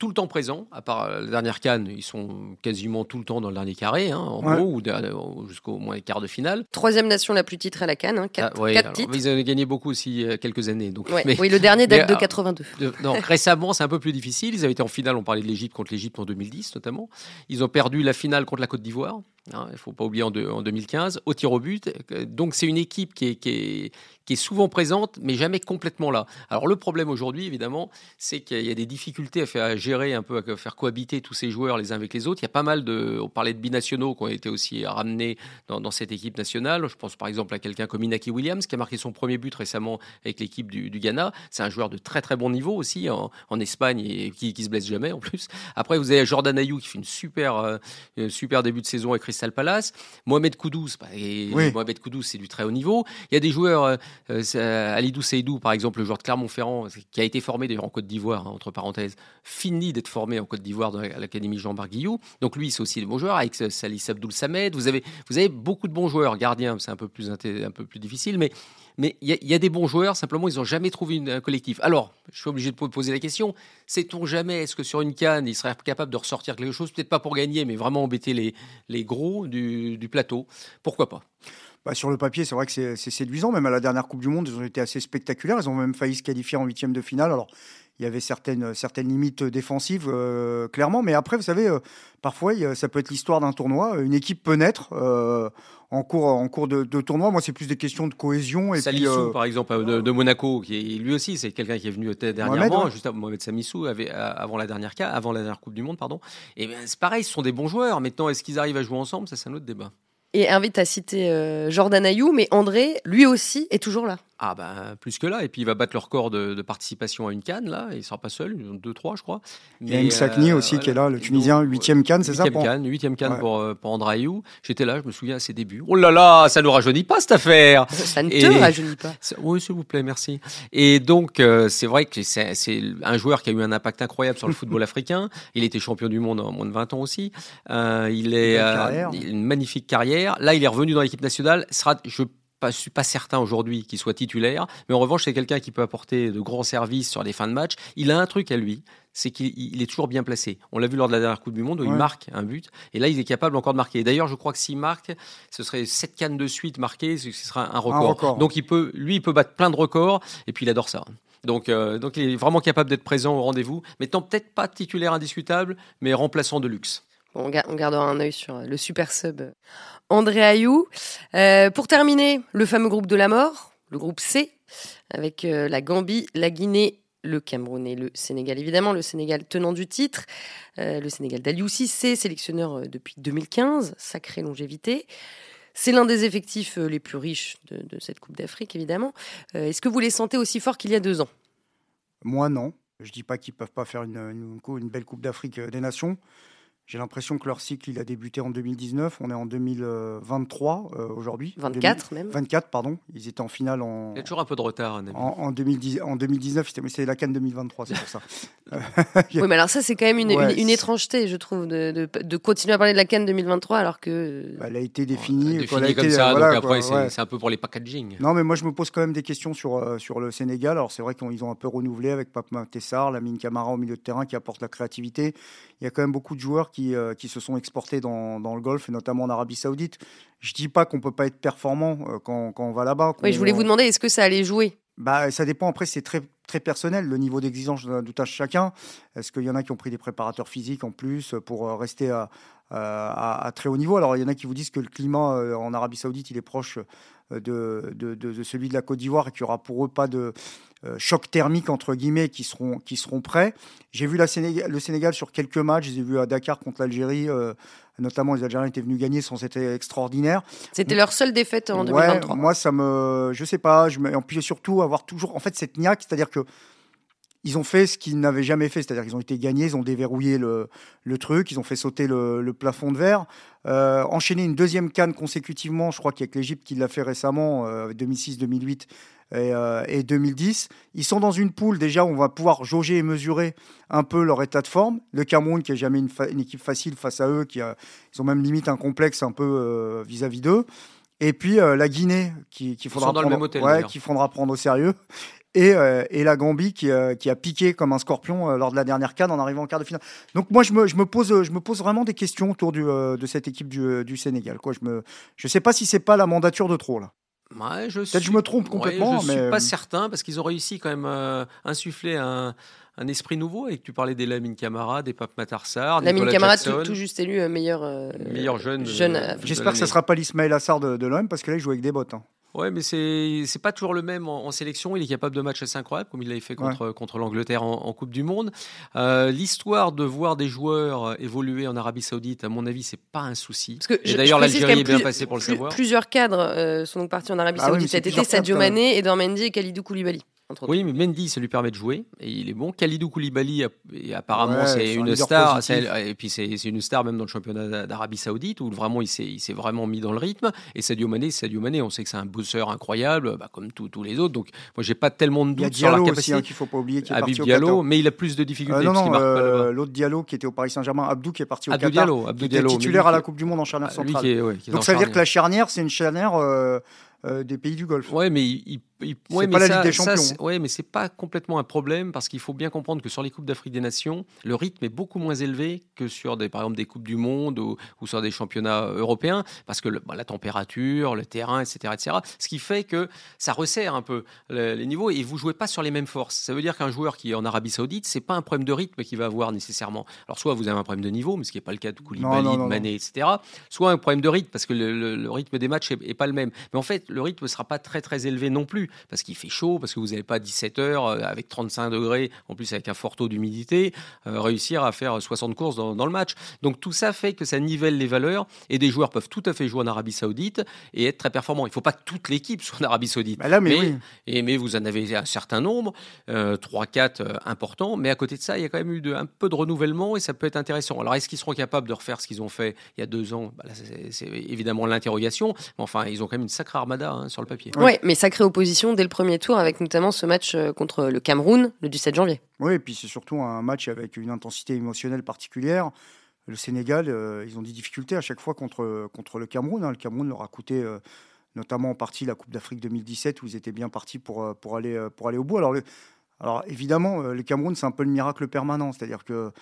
tout le temps présents, à part la dernière CAN, ils sont quasiment tout le temps dans le dernier carré, hein, en Ouais. gros, ou de- jusqu'au moins les quarts de finale. Troisième nation la plus titrée à la CAN, hein, quatre, Ah, ouais, quatre alors, titres. mais ils avaient gagné beaucoup aussi il y a quelques années. Donc, Ouais. mais- Oui, le dernier date mais, de euh, quatre-vingt-deux. de- non, récemment, c'est un peu plus difficile. Ils avaient été en finale, on parlait de l'Égypte contre l'Égypte en deux mille dix notamment. Ils ont perdu la finale contre la Côte d'Ivoire. Hein, il ne faut pas oublier en, deux- en deux mille quinze, au tir au but. Donc c'est une équipe qui est, qui, est, qui est souvent présente, mais jamais complètement là. Alors le problème aujourd'hui, évidemment, c'est qu'il y a des difficultés à faire à gérer un peu, à faire cohabiter tous ces joueurs les uns avec les autres. Il y a pas mal de, on parlait de binationaux qui ont été aussi ramenés dans, dans cette équipe nationale. Je pense par exemple à quelqu'un comme Inaki Williams qui a marqué son premier but récemment avec l'équipe du, du Ghana. C'est un joueur de très très bon niveau aussi en, en Espagne et qui, qui se blesse jamais en plus. Après vous avez Jordan Ayew qui fait une super, euh, une super début de saison avec Crystal Palace. Mohamed Kudus, bah, et Oui. Mohamed Kudus, c'est du très haut niveau. Il y a des joueurs, euh, euh, Alidou Seydou, par exemple, le joueur de Clermont-Ferrand, qui a été formé d'ailleurs en Côte d'Ivoire, hein, entre parenthèses, fini d'être formé en Côte d'Ivoire à l'Académie Jean-Bart Guillou. Donc lui, c'est aussi des bons joueurs, avec Salis Abdoul Samed. Vous avez, vous avez beaucoup de bons joueurs. Gardiens, c'est un peu plus, un peu plus difficile, mais mais il y, y a des bons joueurs, simplement, ils n'ont jamais trouvé une, un collectif. Alors, je suis obligé de poser la question, sait-on jamais, est-ce que sur une CAN, ils seraient capables de ressortir quelque chose, peut-être pas pour gagner, mais vraiment embêter les, les gros du, du plateau? Pourquoi pas? Bah, sur le papier, c'est vrai que c'est, c'est séduisant. Même à la dernière Coupe du Monde, ils ont été assez spectaculaires. Ils ont même failli se qualifier en huitième de finale. Alors, il y avait certaines, certaines limites défensives, euh, clairement. Mais après, vous savez, euh, parfois, il y a- ça peut être l'histoire d'un tournoi. Une équipe peut naître euh, en cours, en cours de, de tournoi. Moi, c'est plus des questions de cohésion. Et Salissou, puis, euh, par exemple, de, de Monaco, qui est, lui aussi, c'est quelqu'un qui est venu euh, dernièrement, Mohamed, ouais. juste avant Mohamed Samissou, avait, avant la dernière CAN, avant la dernière Coupe du Monde, pardon. Et ben, c'est pareil, ce sont des bons joueurs. Maintenant, est-ce qu'ils arrivent à jouer ensemble? Ça, c'est un autre débat. Et invite à citer euh, Jordan Ayew, mais André, lui aussi, est toujours là. Ah ben plus que là, et puis il va battre le record de, de participation à une CAN, là, il ne sera pas seul, ils ont deux, trois je crois. il y a Msakni euh, aussi voilà. qui est là, le Et Tunisien, donc, huitième CAN, c'est ça Huitième pour... CAN, huitième CAN Ouais. pour, euh, pour André Ayew. J'étais là, je me souviens à ses débuts. Oh là là, ça ne nous rajeunit pas cette affaire. Ça ne te Et- rajeunit pas. C'est- Oui, s'il vous plaît, merci. Et donc, euh, c'est vrai que c'est, c'est un joueur qui a eu un impact incroyable sur le football africain. Il était champion du monde en moins de vingt ans aussi. Euh, il est Une belle euh, carrière. il a une magnifique carrière. Là, il est revenu dans l'équipe nationale. Sera, je ne suis pas certain aujourd'hui qu'il soit titulaire, mais en revanche, c'est quelqu'un qui peut apporter de grands services sur les fins de match. Il a un truc à lui, c'est qu'il il est toujours bien placé. On l'a vu lors de la dernière Coupe du Monde où il Ouais. marque un but, et là, il est capable encore de marquer. D'ailleurs, je crois que s'il marque, ce serait sept cannes de suite marquées, ce ce sera un record. record. Donc, il peut, lui, il peut battre plein de records, et puis il adore ça. Donc, euh, donc, il est vraiment capable d'être présent au rendez-vous. Maintenant, peut-être pas titulaire indiscutable, mais remplaçant de luxe. Bon, on, ga- on gardera un œil sur le super sub euh, André Ayew. Euh, pour terminer, le fameux groupe de la mort, le groupe C, avec euh, la Gambie, la Guinée, le Cameroun et le Sénégal. Évidemment, le Sénégal tenant du titre, euh, le Sénégal d'Aliou Cissé, sélectionneur euh, depuis deux mille quinze, sacrée longévité. C'est l'un des effectifs euh, les plus riches de, de cette Coupe d'Afrique, évidemment. Euh, est-ce que vous les sentez aussi forts qu'il y a deux ans? Moi, non. Je dis pas qu'ils peuvent pas faire une, une, une belle Coupe d'Afrique euh, des Nations. J'ai l'impression que leur cycle, il a débuté en deux mille dix-neuf. On est en deux mille vingt-trois euh, aujourd'hui. vingt-quatre même. vingt-quatre, pardon. Ils étaient en finale en, Il y a toujours un peu de retard, Nabil. en, en, deux mille dix, en deux mille dix-neuf. c'était- Mais c'est la CAN deux mille vingt-trois, c'est pour ça. Oui, mais alors ça, c'est quand même une, Ouais, une, une c'est- étrangeté, je trouve, de, de, de continuer à parler de la CAN deux mille vingt-trois alors que... Elle a été définie. Défini quoi, elle a comme été, ça, euh, voilà, donc après, quoi, c'est, ouais. c'est un peu pour les packaging. Non, mais moi, je me pose quand même des questions sur, euh, sur le Sénégal. Alors, c'est vrai qu'ils ont un peu renouvelé avec Papin Tessar, Lamine Camara au milieu de terrain qui apporte la créativité. Il y a quand même beaucoup de joueurs qui, euh, qui se sont exportés dans, dans le Golfe, et notamment en Arabie Saoudite. Je dis pas qu'on peut pas être performant euh, quand, quand on va là-bas. Oui, je voulais qu'on- vous demander, est-ce que ça allait jouer? Bah, ça dépend. Après, c'est très, très personnel, le niveau d'exigence de tout à chacun. Est-ce qu'il y en a qui ont pris des préparateurs physiques en plus pour euh, rester à, à, à très haut niveau? Alors, il y en a qui vous disent que le climat euh, en Arabie Saoudite, il est proche euh, de, de, de, de celui de la Côte d'Ivoire et qu'il n'y aura pour eux pas de euh, choc thermique, entre guillemets, qui seront, qui seront prêts. J'ai vu la Sénégal, le Sénégal sur quelques matchs. Je les ai vus à Dakar contre l'Algérie. Euh, notamment, les Algériens étaient venus gagner sans être extraordinaires. C'était leur seule défaite en deux mille Ouais, vingt-trois. moi, ça me. Je sais pas. Je me... Et puis surtout, avoir toujours. En fait, cette niaque, c'est-à-dire que. Ils ont fait ce qu'ils n'avaient jamais fait, c'est-à-dire qu'ils ont été gagnés, ils ont déverrouillé le, le truc, ils ont fait sauter le, le plafond de verre, euh, enchaîner une deuxième CAN consécutivement, je crois qu'il y a que l'Égypte qui l'a fait récemment, euh, deux mille six, deux mille huit et, euh, et deux mille dix. Ils sont dans une poule déjà où on va pouvoir jauger et mesurer un peu leur état de forme. Le Cameroun qui n'est jamais une, fa- une équipe facile face à eux, qui a, ils ont même limite un complexe un peu euh, vis-à-vis d'eux. Et puis euh, la Guinée, qui, qu'il faudra, sont dans le prendre, même hôtel, ouais, d'ailleurs. qu'il faudra prendre au sérieux. Et, euh, et la Gambie qui, euh, qui a piqué comme un scorpion euh, lors de la dernière CAN en arrivant en quart de finale. Donc moi je me, je me, pose, je me pose vraiment des questions autour du, euh, de cette équipe du, du Sénégal. Quoi. Je ne je sais pas si c'est pas la mandature de trop là. Ouais, je Peut-être suis... je me trompe complètement. Ouais, je ne mais... suis pas certain parce qu'ils ont réussi quand même à insuffler un, un esprit nouveau. Et que tu parlais des Lamine Camara, des Pape Matar Sarr, Lamine Nicolas Camara, Jackson. tout, tout juste élu meilleur, euh, meilleur jeune. jeune euh, J'espère que ce ne sera pas l'Ismaël Assar de, de l'O M parce que là il joue avec des bottes. Hein. Ouais, mais c'est c'est pas toujours le même en, en sélection. Il est capable de matchs assez incroyables, comme il l'avait fait contre ouais. contre l'Angleterre en, en Coupe du Monde. Euh, l'histoire de voir des joueurs évoluer en Arabie Saoudite, à mon avis, c'est pas un souci. Parce que et d'ailleurs, l'Algérie est bien passée pour plus, le savoir. Plusieurs cadres euh, sont donc partis en Arabie ah Saoudite oui, cet été. Sadio Mané, Edouard Mendy et Kalidou Koulibaly. Oui, mais Mendy, ça lui permet de jouer et il est bon. Kalidou Koulibaly, apparemment, ouais, c'est une star. Et puis, c'est, c'est une star même dans le championnat d'Arabie Saoudite où vraiment il s'est, il s'est vraiment mis dans le rythme. Et Sadio Mané, Sadio Mané, on sait que c'est un bosseur incroyable, bah, comme tous, tous les autres. Donc, moi, j'ai pas tellement de doute sur la capacité. Aussi, hein, qu'il faut pas oublier qu'il est Habib parti Diallo, au Qatar. Mais il a plus de difficultés. Euh, non, parce non, marque euh, pas l'autre Diallo qui était au Paris Saint-Germain, Abdou qui est parti au Abdou Qatar, Diallo, Abdou qui Diallo, était titulaire à la qui... Coupe du Monde en charnière ah, centrale. Qui est, ouais, qui est Donc, ça veut charnière. dire que la charnière, c'est une charnière euh, euh, des pays du Golfe. Ouais, mais il, il, il, c'est ouais, pas mais la ça, Ligue des Champions. Ça, c'est, ouais, mais c'est pas complètement un problème parce qu'il faut bien comprendre que sur les Coupes d'Afrique des Nations, le rythme est beaucoup moins élevé que sur des, par exemple, des Coupes du Monde ou, ou sur des championnats européens parce que le, bah, la température, le terrain, et cetera, et cetera. Ce qui fait que ça resserre un peu les, les niveaux et vous jouez pas sur les mêmes forces. Ça veut dire qu'un joueur qui est en Arabie Saoudite, c'est pas un problème de rythme qu'il va avoir nécessairement. Alors soit vous avez un problème de niveau, mais ce qui n'est pas le cas de Koulibaly, non, non, non, de Mané, et cetera. Soit un problème de rythme parce que le, le, le rythme des matchs est, est pas le même. Mais en fait, le rythme sera pas très très élevé non plus parce qu'il fait chaud, parce que vous n'avez pas dix-sept heures avec trente-cinq degrés, en plus avec un fort taux d'humidité, euh, réussir à faire soixante courses dans, dans le match. Donc tout ça fait que ça nivelle les valeurs et des joueurs peuvent tout à fait jouer en Arabie Saoudite et être très performants. Il ne faut pas que toute l'équipe soit en Arabie Saoudite. Bah là, mais, mais, oui. et, mais vous en avez un certain nombre, euh, trois quatre euh, importants, mais à côté de ça, il y a quand même eu de, un peu de renouvellement et ça peut être intéressant. Alors est-ce qu'ils seront capables de refaire ce qu'ils ont fait il y a deux ans? Bah là, c'est, c'est évidemment l'interrogation, mais enfin, ils ont quand même une sacrée armada hein, sur le papier. Oui, ouais, mais sacrée opposition dès le premier tour avec notamment ce match contre le Cameroun le dix-sept janvier. Oui, et puis c'est surtout un match avec une intensité émotionnelle particulière. Le Sénégal, euh, ils ont des difficultés à chaque fois contre, contre le Cameroun. Hein. Le Cameroun leur a coûté euh, notamment en partie la Coupe d'Afrique deux mille dix-sept où ils étaient bien partis pour, pour, aller, pour aller au bout. Alors, le, alors évidemment, le Cameroun, c'est un peu le miracle permanent. C'est-à-dire que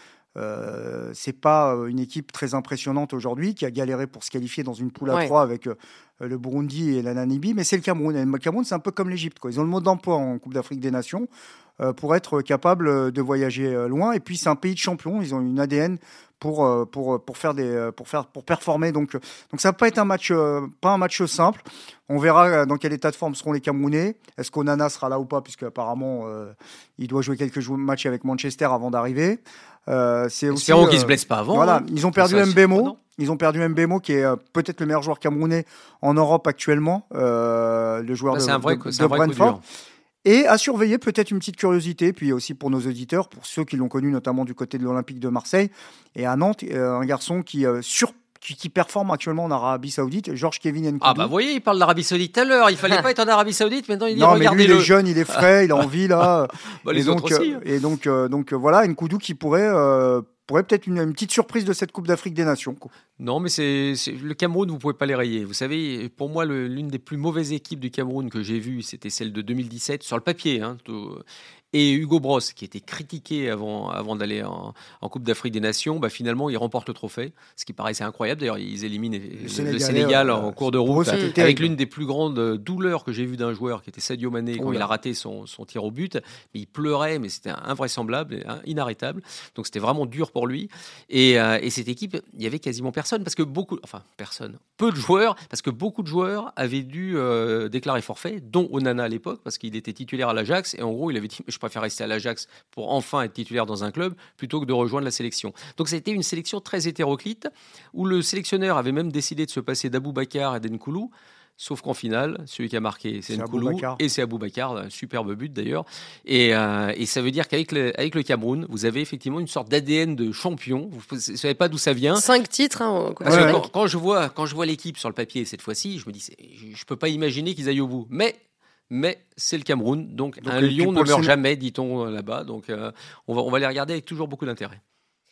Euh, c'est pas une équipe très impressionnante aujourd'hui qui a galéré pour se qualifier dans une poule à ouais. trois avec euh, le Burundi et la Namibie, mais c'est le Cameroun. Et le Cameroun, c'est un peu comme l'Égypte, quoi. Ils ont le mode d'emploi en Coupe d'Afrique des Nations euh, pour être capable de voyager loin. Et puis c'est un pays de champions. Ils ont une A D N pour pour pour faire des pour faire pour performer. Donc donc ça va pas être un match euh, pas un match simple. On verra dans quel état de forme seront les Camerounais. Est-ce qu'Onana sera là ou pas, puisque apparemment euh, il doit jouer quelques matchs avec Manchester avant d'arriver. Euh, c'est Espérons aussi, qu'ils euh, se blessent pas avant. Voilà, hein. ils ont perdu Mbemo. Ils ont perdu Mbemo, qui est euh, peut-être le meilleur joueur camerounais en Europe actuellement, euh, le joueur bah, de, c'est un vrai, de, c'est de un vrai Brentford. Et à surveiller, peut-être une petite curiosité, puis aussi pour nos auditeurs, pour ceux qui l'ont connu notamment du côté de l'Olympique de Marseille et à Nantes, euh, un garçon qui euh, sur Qui, qui performe actuellement en Arabie Saoudite, Georges Kevin Nkoudou. Ah bah vous voyez, il parle d'Arabie Saoudite tout à l'heure. Il fallait pas être en Arabie Saoudite, maintenant il dit non, regardez-le. Mais lui, il est jeune, il est frais, il a envie là. bah, les et donc, autres aussi. Hein. Et donc, euh, donc euh, voilà, Nkoudou qui pourrait, euh, pourrait peut-être une, une petite surprise de cette Coupe d'Afrique des Nations. Quoi. Non, mais c'est, c'est le Cameroun, vous pouvez pas les rayer. Vous savez, pour moi, le, l'une des plus mauvaises équipes du Cameroun que j'ai vues, c'était celle de deux mille dix-sept sur le papier. Hein, tout, Et Hugo Bross, qui était critiqué avant, avant d'aller en, en Coupe d'Afrique des Nations, bah finalement, il remporte le trophée, ce qui paraissait incroyable. D'ailleurs, ils éliminent le, le Sénégal, le Sénégal euh, en cours de route, avec terrible. L'une des plus grandes douleurs que j'ai vues d'un joueur, qui était Sadio Mané, quand oh il a raté son, son tir au but. Mais il pleurait, mais c'était invraisemblable, inarrêtable. Donc, c'était vraiment dur pour lui. Et, euh, et cette équipe, il y avait quasiment personne, parce que beaucoup, enfin, personne, peu de joueurs, parce que beaucoup de joueurs avaient dû euh, déclarer forfait, dont Onana à l'époque, parce qu'il était titulaire à l'Ajax, et en gros, il avait dit, je préfère rester à l'Ajax pour enfin être titulaire dans un club plutôt que de rejoindre la sélection. Donc ça a été une sélection très hétéroclite où le sélectionneur avait même décidé de se passer d'Aboubacar et d'Nkoulou, sauf qu'en finale, celui qui a marqué, c'est, c'est Nkoulou et c'est Aboubacar, un superbe but d'ailleurs. Et, euh, et ça veut dire qu'avec le, avec le Cameroun, vous avez effectivement une sorte d'A D N de champion. Vous ne savez pas d'où ça vient. Cinq titres. Hein, Parce ouais. que quand, quand, je vois, quand je vois l'équipe sur le papier cette fois-ci, je me dis, c'est, je ne peux pas imaginer qu'ils aillent au bout. Mais Mais c'est le Cameroun, donc, donc un lion ne meurt jamais, dit-on là-bas. Donc euh, on, va, on va les regarder avec toujours beaucoup d'intérêt.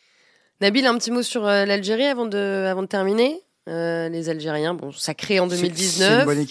Nabil, un petit mot sur euh, l'Algérie avant de, avant de terminer. Euh, les Algériens, bon, sacrés en deux mille dix-neuf. C'est, c'est une bonne équipe.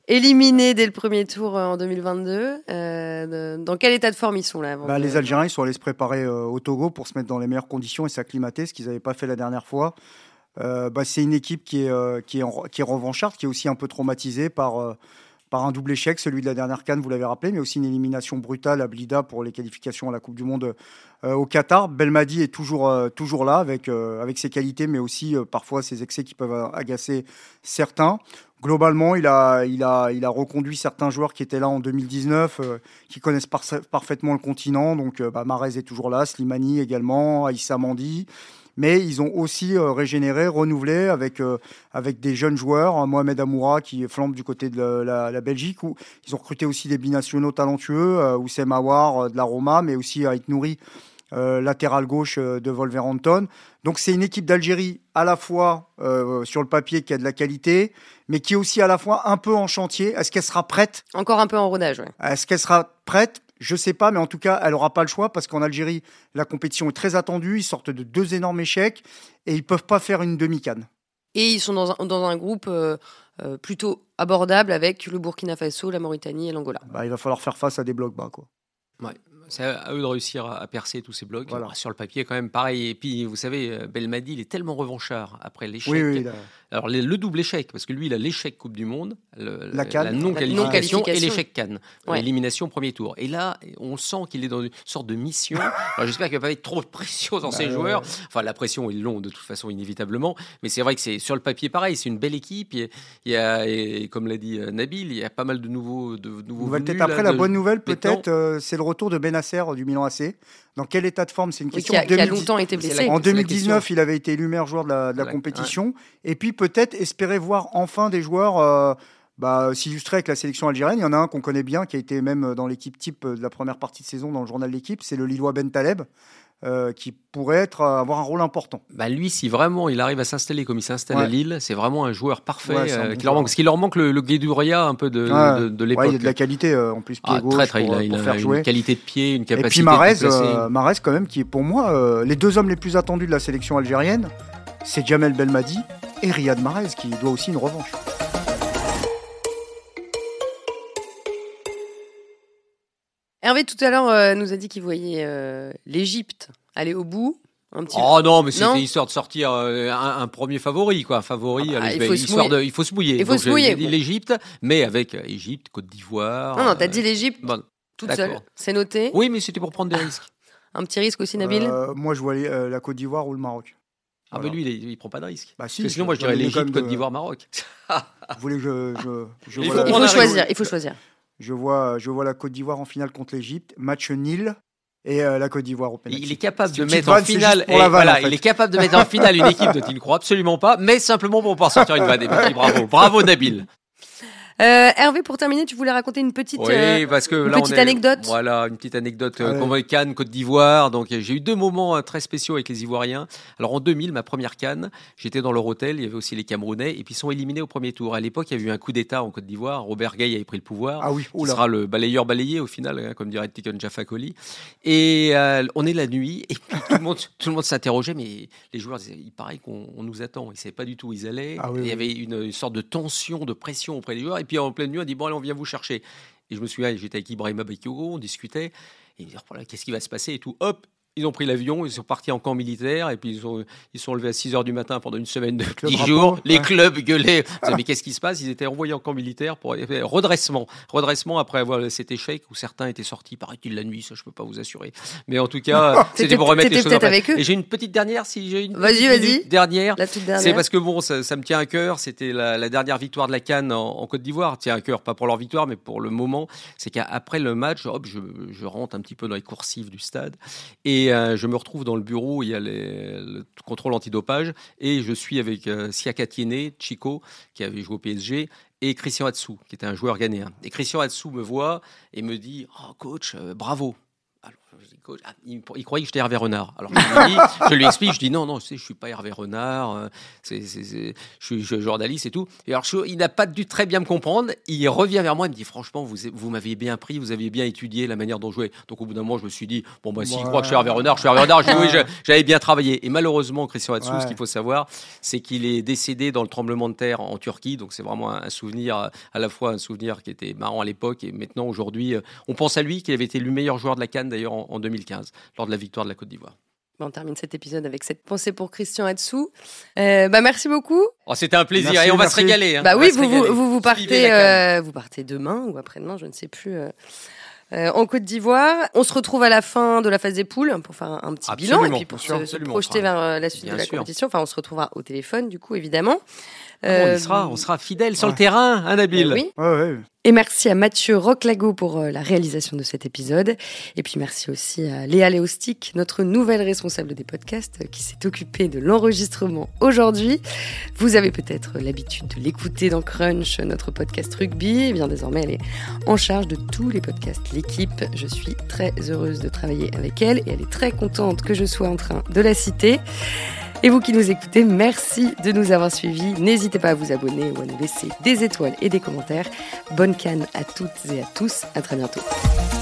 Éliminés dès le premier tour en deux mille vingt-deux. Euh, dans quel état de forme ils sont là avant bah, de... Les Algériens ils sont allés se préparer euh, au Togo pour se mettre dans les meilleures conditions et s'acclimater, ce qu'ils n'avaient pas fait la dernière fois. Euh, bah, c'est une équipe qui est, euh, qui, est en, qui est revancharde, qui est aussi un peu traumatisée par, euh, par un double échec, celui de la dernière CAN, vous l'avez rappelé, mais aussi une élimination brutale à Blida pour les qualifications à la Coupe du Monde euh, au Qatar. Belmadi est toujours, euh, toujours là avec, euh, avec ses qualités, mais aussi euh, parfois ses excès qui peuvent agacer certains. Globalement, il a, il, a, il a reconduit certains joueurs qui étaient là en deux mille dix-neuf, euh, qui connaissent par- parfaitement le continent. Donc, euh, bah, Mahrez est toujours là, Slimani également, Aïssa Mandi. Mais ils ont aussi euh, régénéré, renouvelé avec, euh, avec des jeunes joueurs, Mohamed Amoura qui flambe du côté de la, la, la Belgique. Où ils ont recruté aussi des binationaux talentueux, euh, Oussem Aouar euh, de la Roma, mais aussi Ait Nouri, euh, latéral gauche euh, de Wolverhampton. Donc c'est une équipe d'Algérie à la fois euh, sur le papier qui a de la qualité, mais qui est aussi à la fois un peu en chantier. Est-ce qu'elle sera prête ? Encore un peu en rodage, ouais. Est-ce qu'elle sera prête ? Je ne sais pas, mais en tout cas, elle n'aura pas le choix parce qu'en Algérie, la compétition est très attendue. Ils sortent de deux énormes échecs et ils ne peuvent pas faire une demi-CAN. Et ils sont dans un, dans un groupe euh, euh, plutôt abordable avec le Burkina Faso, la Mauritanie et l'Angola. Bah, il va falloir faire face à des blocs bas, quoi. Ouais. C'est à eux de réussir à percer tous ces blocs. Voilà. Sur le papier, quand même, pareil. Et puis, vous savez, Belmadi, il est tellement revanchard après l'échec. Oui, oui, là... Alors, le, le double échec, parce que lui, il a l'échec Coupe du Monde, le, la, la non-qualification non et l'échec CAN. Ouais. L'élimination au premier tour. Et là, on sent qu'il est dans une sorte de mission. Alors, j'espère qu'il ne va pas être trop de pression dans bah, ses ouais. joueurs. Enfin, la pression, ils l'ont de toute façon, inévitablement. Mais c'est vrai que c'est sur le papier, pareil. C'est une belle équipe. Il y a, il y a et comme l'a dit Nabil, il y a pas mal de nouveaux, de nouveaux venus. Peut-être après, là, la de... bonne nouvelle, peut-être, euh, c'est le retour de Benasser du Milan A C. Dans quel état de forme ? C'est une question. Oui, qui, a, qui a longtemps été blessé. En deux mille dix-neuf, il avait été élu meilleur joueur de la, de la, la compétition. Ouais. Et puis peut-être espérer voir enfin des joueurs euh, bah, s'illustrer avec la sélection algérienne. Il y en a un qu'on connaît bien, qui a été même dans l'équipe type de la première partie de saison dans le journal de l'équipe. C'est le Lillois Ben Taleb. Euh, qui pourrait être, euh, avoir un rôle important. Bah lui, si vraiment il arrive à s'installer comme il s'installe ouais. à Lille, c'est vraiment un joueur parfait. Ouais, un euh, bon qui leur manque, parce qu'il leur manque le, le Guédouria un peu de, ouais. de, de l'époque. Ouais, il y a de la qualité euh, en plus pied ah, gauche très, très, pour, il a, il pour a faire une jouer. Qualité de pied, une capacité. Et puis Mahrez, de euh, Mahrez quand même qui est pour moi euh, les deux hommes les plus attendus de la sélection algérienne, c'est Djamel Belmadi et Riyad Mahrez qui doit aussi une revanche. Hervé tout à l'heure euh, nous a dit qu'il voyait euh, l'Égypte aller au bout. Un petit... Oh non, mais c'était histoire de sortir euh, un, un premier favori, quoi. Un favori, ah, allez, il, faut histoire de, il faut se mouiller. Il faut Donc, se mouiller. J'ai dit l'Égypte, mais avec euh, Égypte, Côte d'Ivoire. Non, non, t'as euh... dit l'Égypte bon, toute d'accord. seule. C'est noté. Oui, mais c'était pour prendre des risques. Un petit risque aussi, Nabil euh, Moi, je vois les, euh, la Côte d'Ivoire ou le Maroc. Ah, voilà. Mais lui, il, il prend pas de risque. Bah, si, Parce que sinon, moi, je dirais l'Égypte, Côte d'Ivoire, Maroc. Vous voulez que je. je, je il, vois faut, la... il faut choisir. Il faut choisir. Je vois, je vois la Côte d'Ivoire en finale contre l'Égypte. Match nil. Et euh, la Côte d'Ivoire au pénalty. Il est capable de mettre en finale, et vanne, voilà, en fait. il est capable de mettre en finale une équipe dont il ne croit absolument pas, mais simplement pour pouvoir sortir une vanne. Bravo, bravo Nabil. Euh, Hervé, pour terminer, tu voulais raconter une petite, oui, euh, parce que une là, petite on est, anecdote. Voilà, une petite anecdote. Euh, ouais. Convoi Cannes, Côte d'Ivoire. Donc, j'ai eu deux moments euh, très spéciaux avec les Ivoiriens. Alors, en deux mille, ma première Cannes, j'étais dans leur hôtel. Il y avait aussi les Camerounais, et puis ils sont éliminés au premier tour. À l'époque, il y avait eu un coup d'État en Côte d'Ivoire. Robert Gueye avait pris le pouvoir. Ah oui, qui sera le balayeur balayé au final, hein, comme dirait Tiken Jaffa-Koli. Et euh, on est la nuit, et puis tout le monde, tout le monde s'interrogeait, mais les joueurs disaient, il paraît qu'on on nous attend. Ils ne savaient pas du tout où ils allaient. Ah oui, il y oui. avait une, une sorte de tension, de pression auprès des joueurs. Et puis en pleine nuit, on dit bon, allez, on vient vous chercher. Et je me souviens, j'étais avec Ibrahima Bakiogo, on discutait, et il me dit, voilà, qu'est-ce qui va se passer et tout. Hop, ils ont pris l'avion, ils sont partis en camp militaire, et puis ils sont, ils sont levés à six heures du matin pendant une semaine de dix jours. Les ouais. clubs gueulaient. Vous savez, qu'est-ce qui se passe ? Ils étaient envoyés en camp militaire pour redressement. Redressement après avoir cet échec où certains étaient sortis, paraît-il, la nuit, ça je peux pas vous assurer. Mais en tout cas, c'était pour remettre les choses en place. Et j'ai une petite dernière, si j'ai une vas-y, vas-y. dernière. La toute dernière. C'est parce que bon, ça, ça me tient à cœur. C'était la, la dernière victoire de la CAN en, en Côte d'Ivoire. Tient à cœur, pas pour leur victoire, mais pour le moment. C'est qu'après le match, hop, je, je rentre un petit peu dans les coursives du stade et euh, je me retrouve dans le bureau, il y a les, le contrôle antidopage et je suis avec euh, Siaka Tiene, Chico, qui avait joué au P S G, et Christian Atsu, qui était un joueur ghanéen. Et Christian Atsu me voit et me dit « Oh coach, euh, bravo !» Alors, Je, dis, coach, ah, il, il croyait que j'étais Hervé Renard. Alors je lui, dis, je lui explique, je dis non, non, je ne suis pas Hervé Renard, euh, c'est, c'est, c'est, je, suis, je suis journaliste et tout. Et alors je, il n'a pas dû très bien me comprendre. Il revient vers moi, il me dit franchement, vous, vous m'aviez bien pris, vous aviez bien étudié la manière dont je jouais. Donc au bout d'un moment, je me suis dit, bon, bah, s'il ouais. croit que je suis Hervé Renard, je suis Hervé Renard. Je dis oui, je, j'avais bien travaillé. Et malheureusement, Christian Atsu, ouais. ce qu'il faut savoir, c'est qu'il est décédé dans le tremblement de terre en Turquie. Donc c'est vraiment un, un souvenir, à la fois un souvenir qui était marrant à l'époque et maintenant, aujourd'hui, on pense à lui, qu'il avait été le meilleur joueur de la CAN d'ailleurs en, en deux mille quinze, lors de la victoire de la Côte d'Ivoire. On termine cet épisode avec cette pensée pour Christian Atsu. Euh, bah merci beaucoup. Oh, c'était un plaisir. Merci, et on va merci. se régaler. Hein. Bah on oui, vous, vous, vous, vous partez, euh, vous partez demain ou après-demain, je ne sais plus. Euh... Euh, en Côte d'Ivoire, on se retrouve à la fin de la phase des poules pour faire un, un petit absolument, bilan et puis pour se, se projeter vers euh, la suite bien de la sûr. compétition. Enfin, on se retrouvera au téléphone, du coup, évidemment. Euh, on, y sera, on sera fidèle ouais. sur le terrain, hein, Nabil. Oui. Ouais, ouais. Et merci à Mathieu Roclago pour euh, la réalisation de cet épisode. Et puis merci aussi à Léa Léostic, notre nouvelle responsable des podcasts, qui s'est occupée de l'enregistrement aujourd'hui. Vous avez peut-être l'habitude de l'écouter dans Crunch, notre podcast rugby. Et bien désormais, elle est en charge de tous les podcasts L'équipe. Je suis très heureuse de travailler avec elle et elle est très contente que je sois en train de la citer. Et vous qui nous écoutez, merci de nous avoir suivis. N'hésitez pas à vous abonner ou à nous laisser des étoiles et des commentaires. Bonne canne à toutes et à tous. À très bientôt.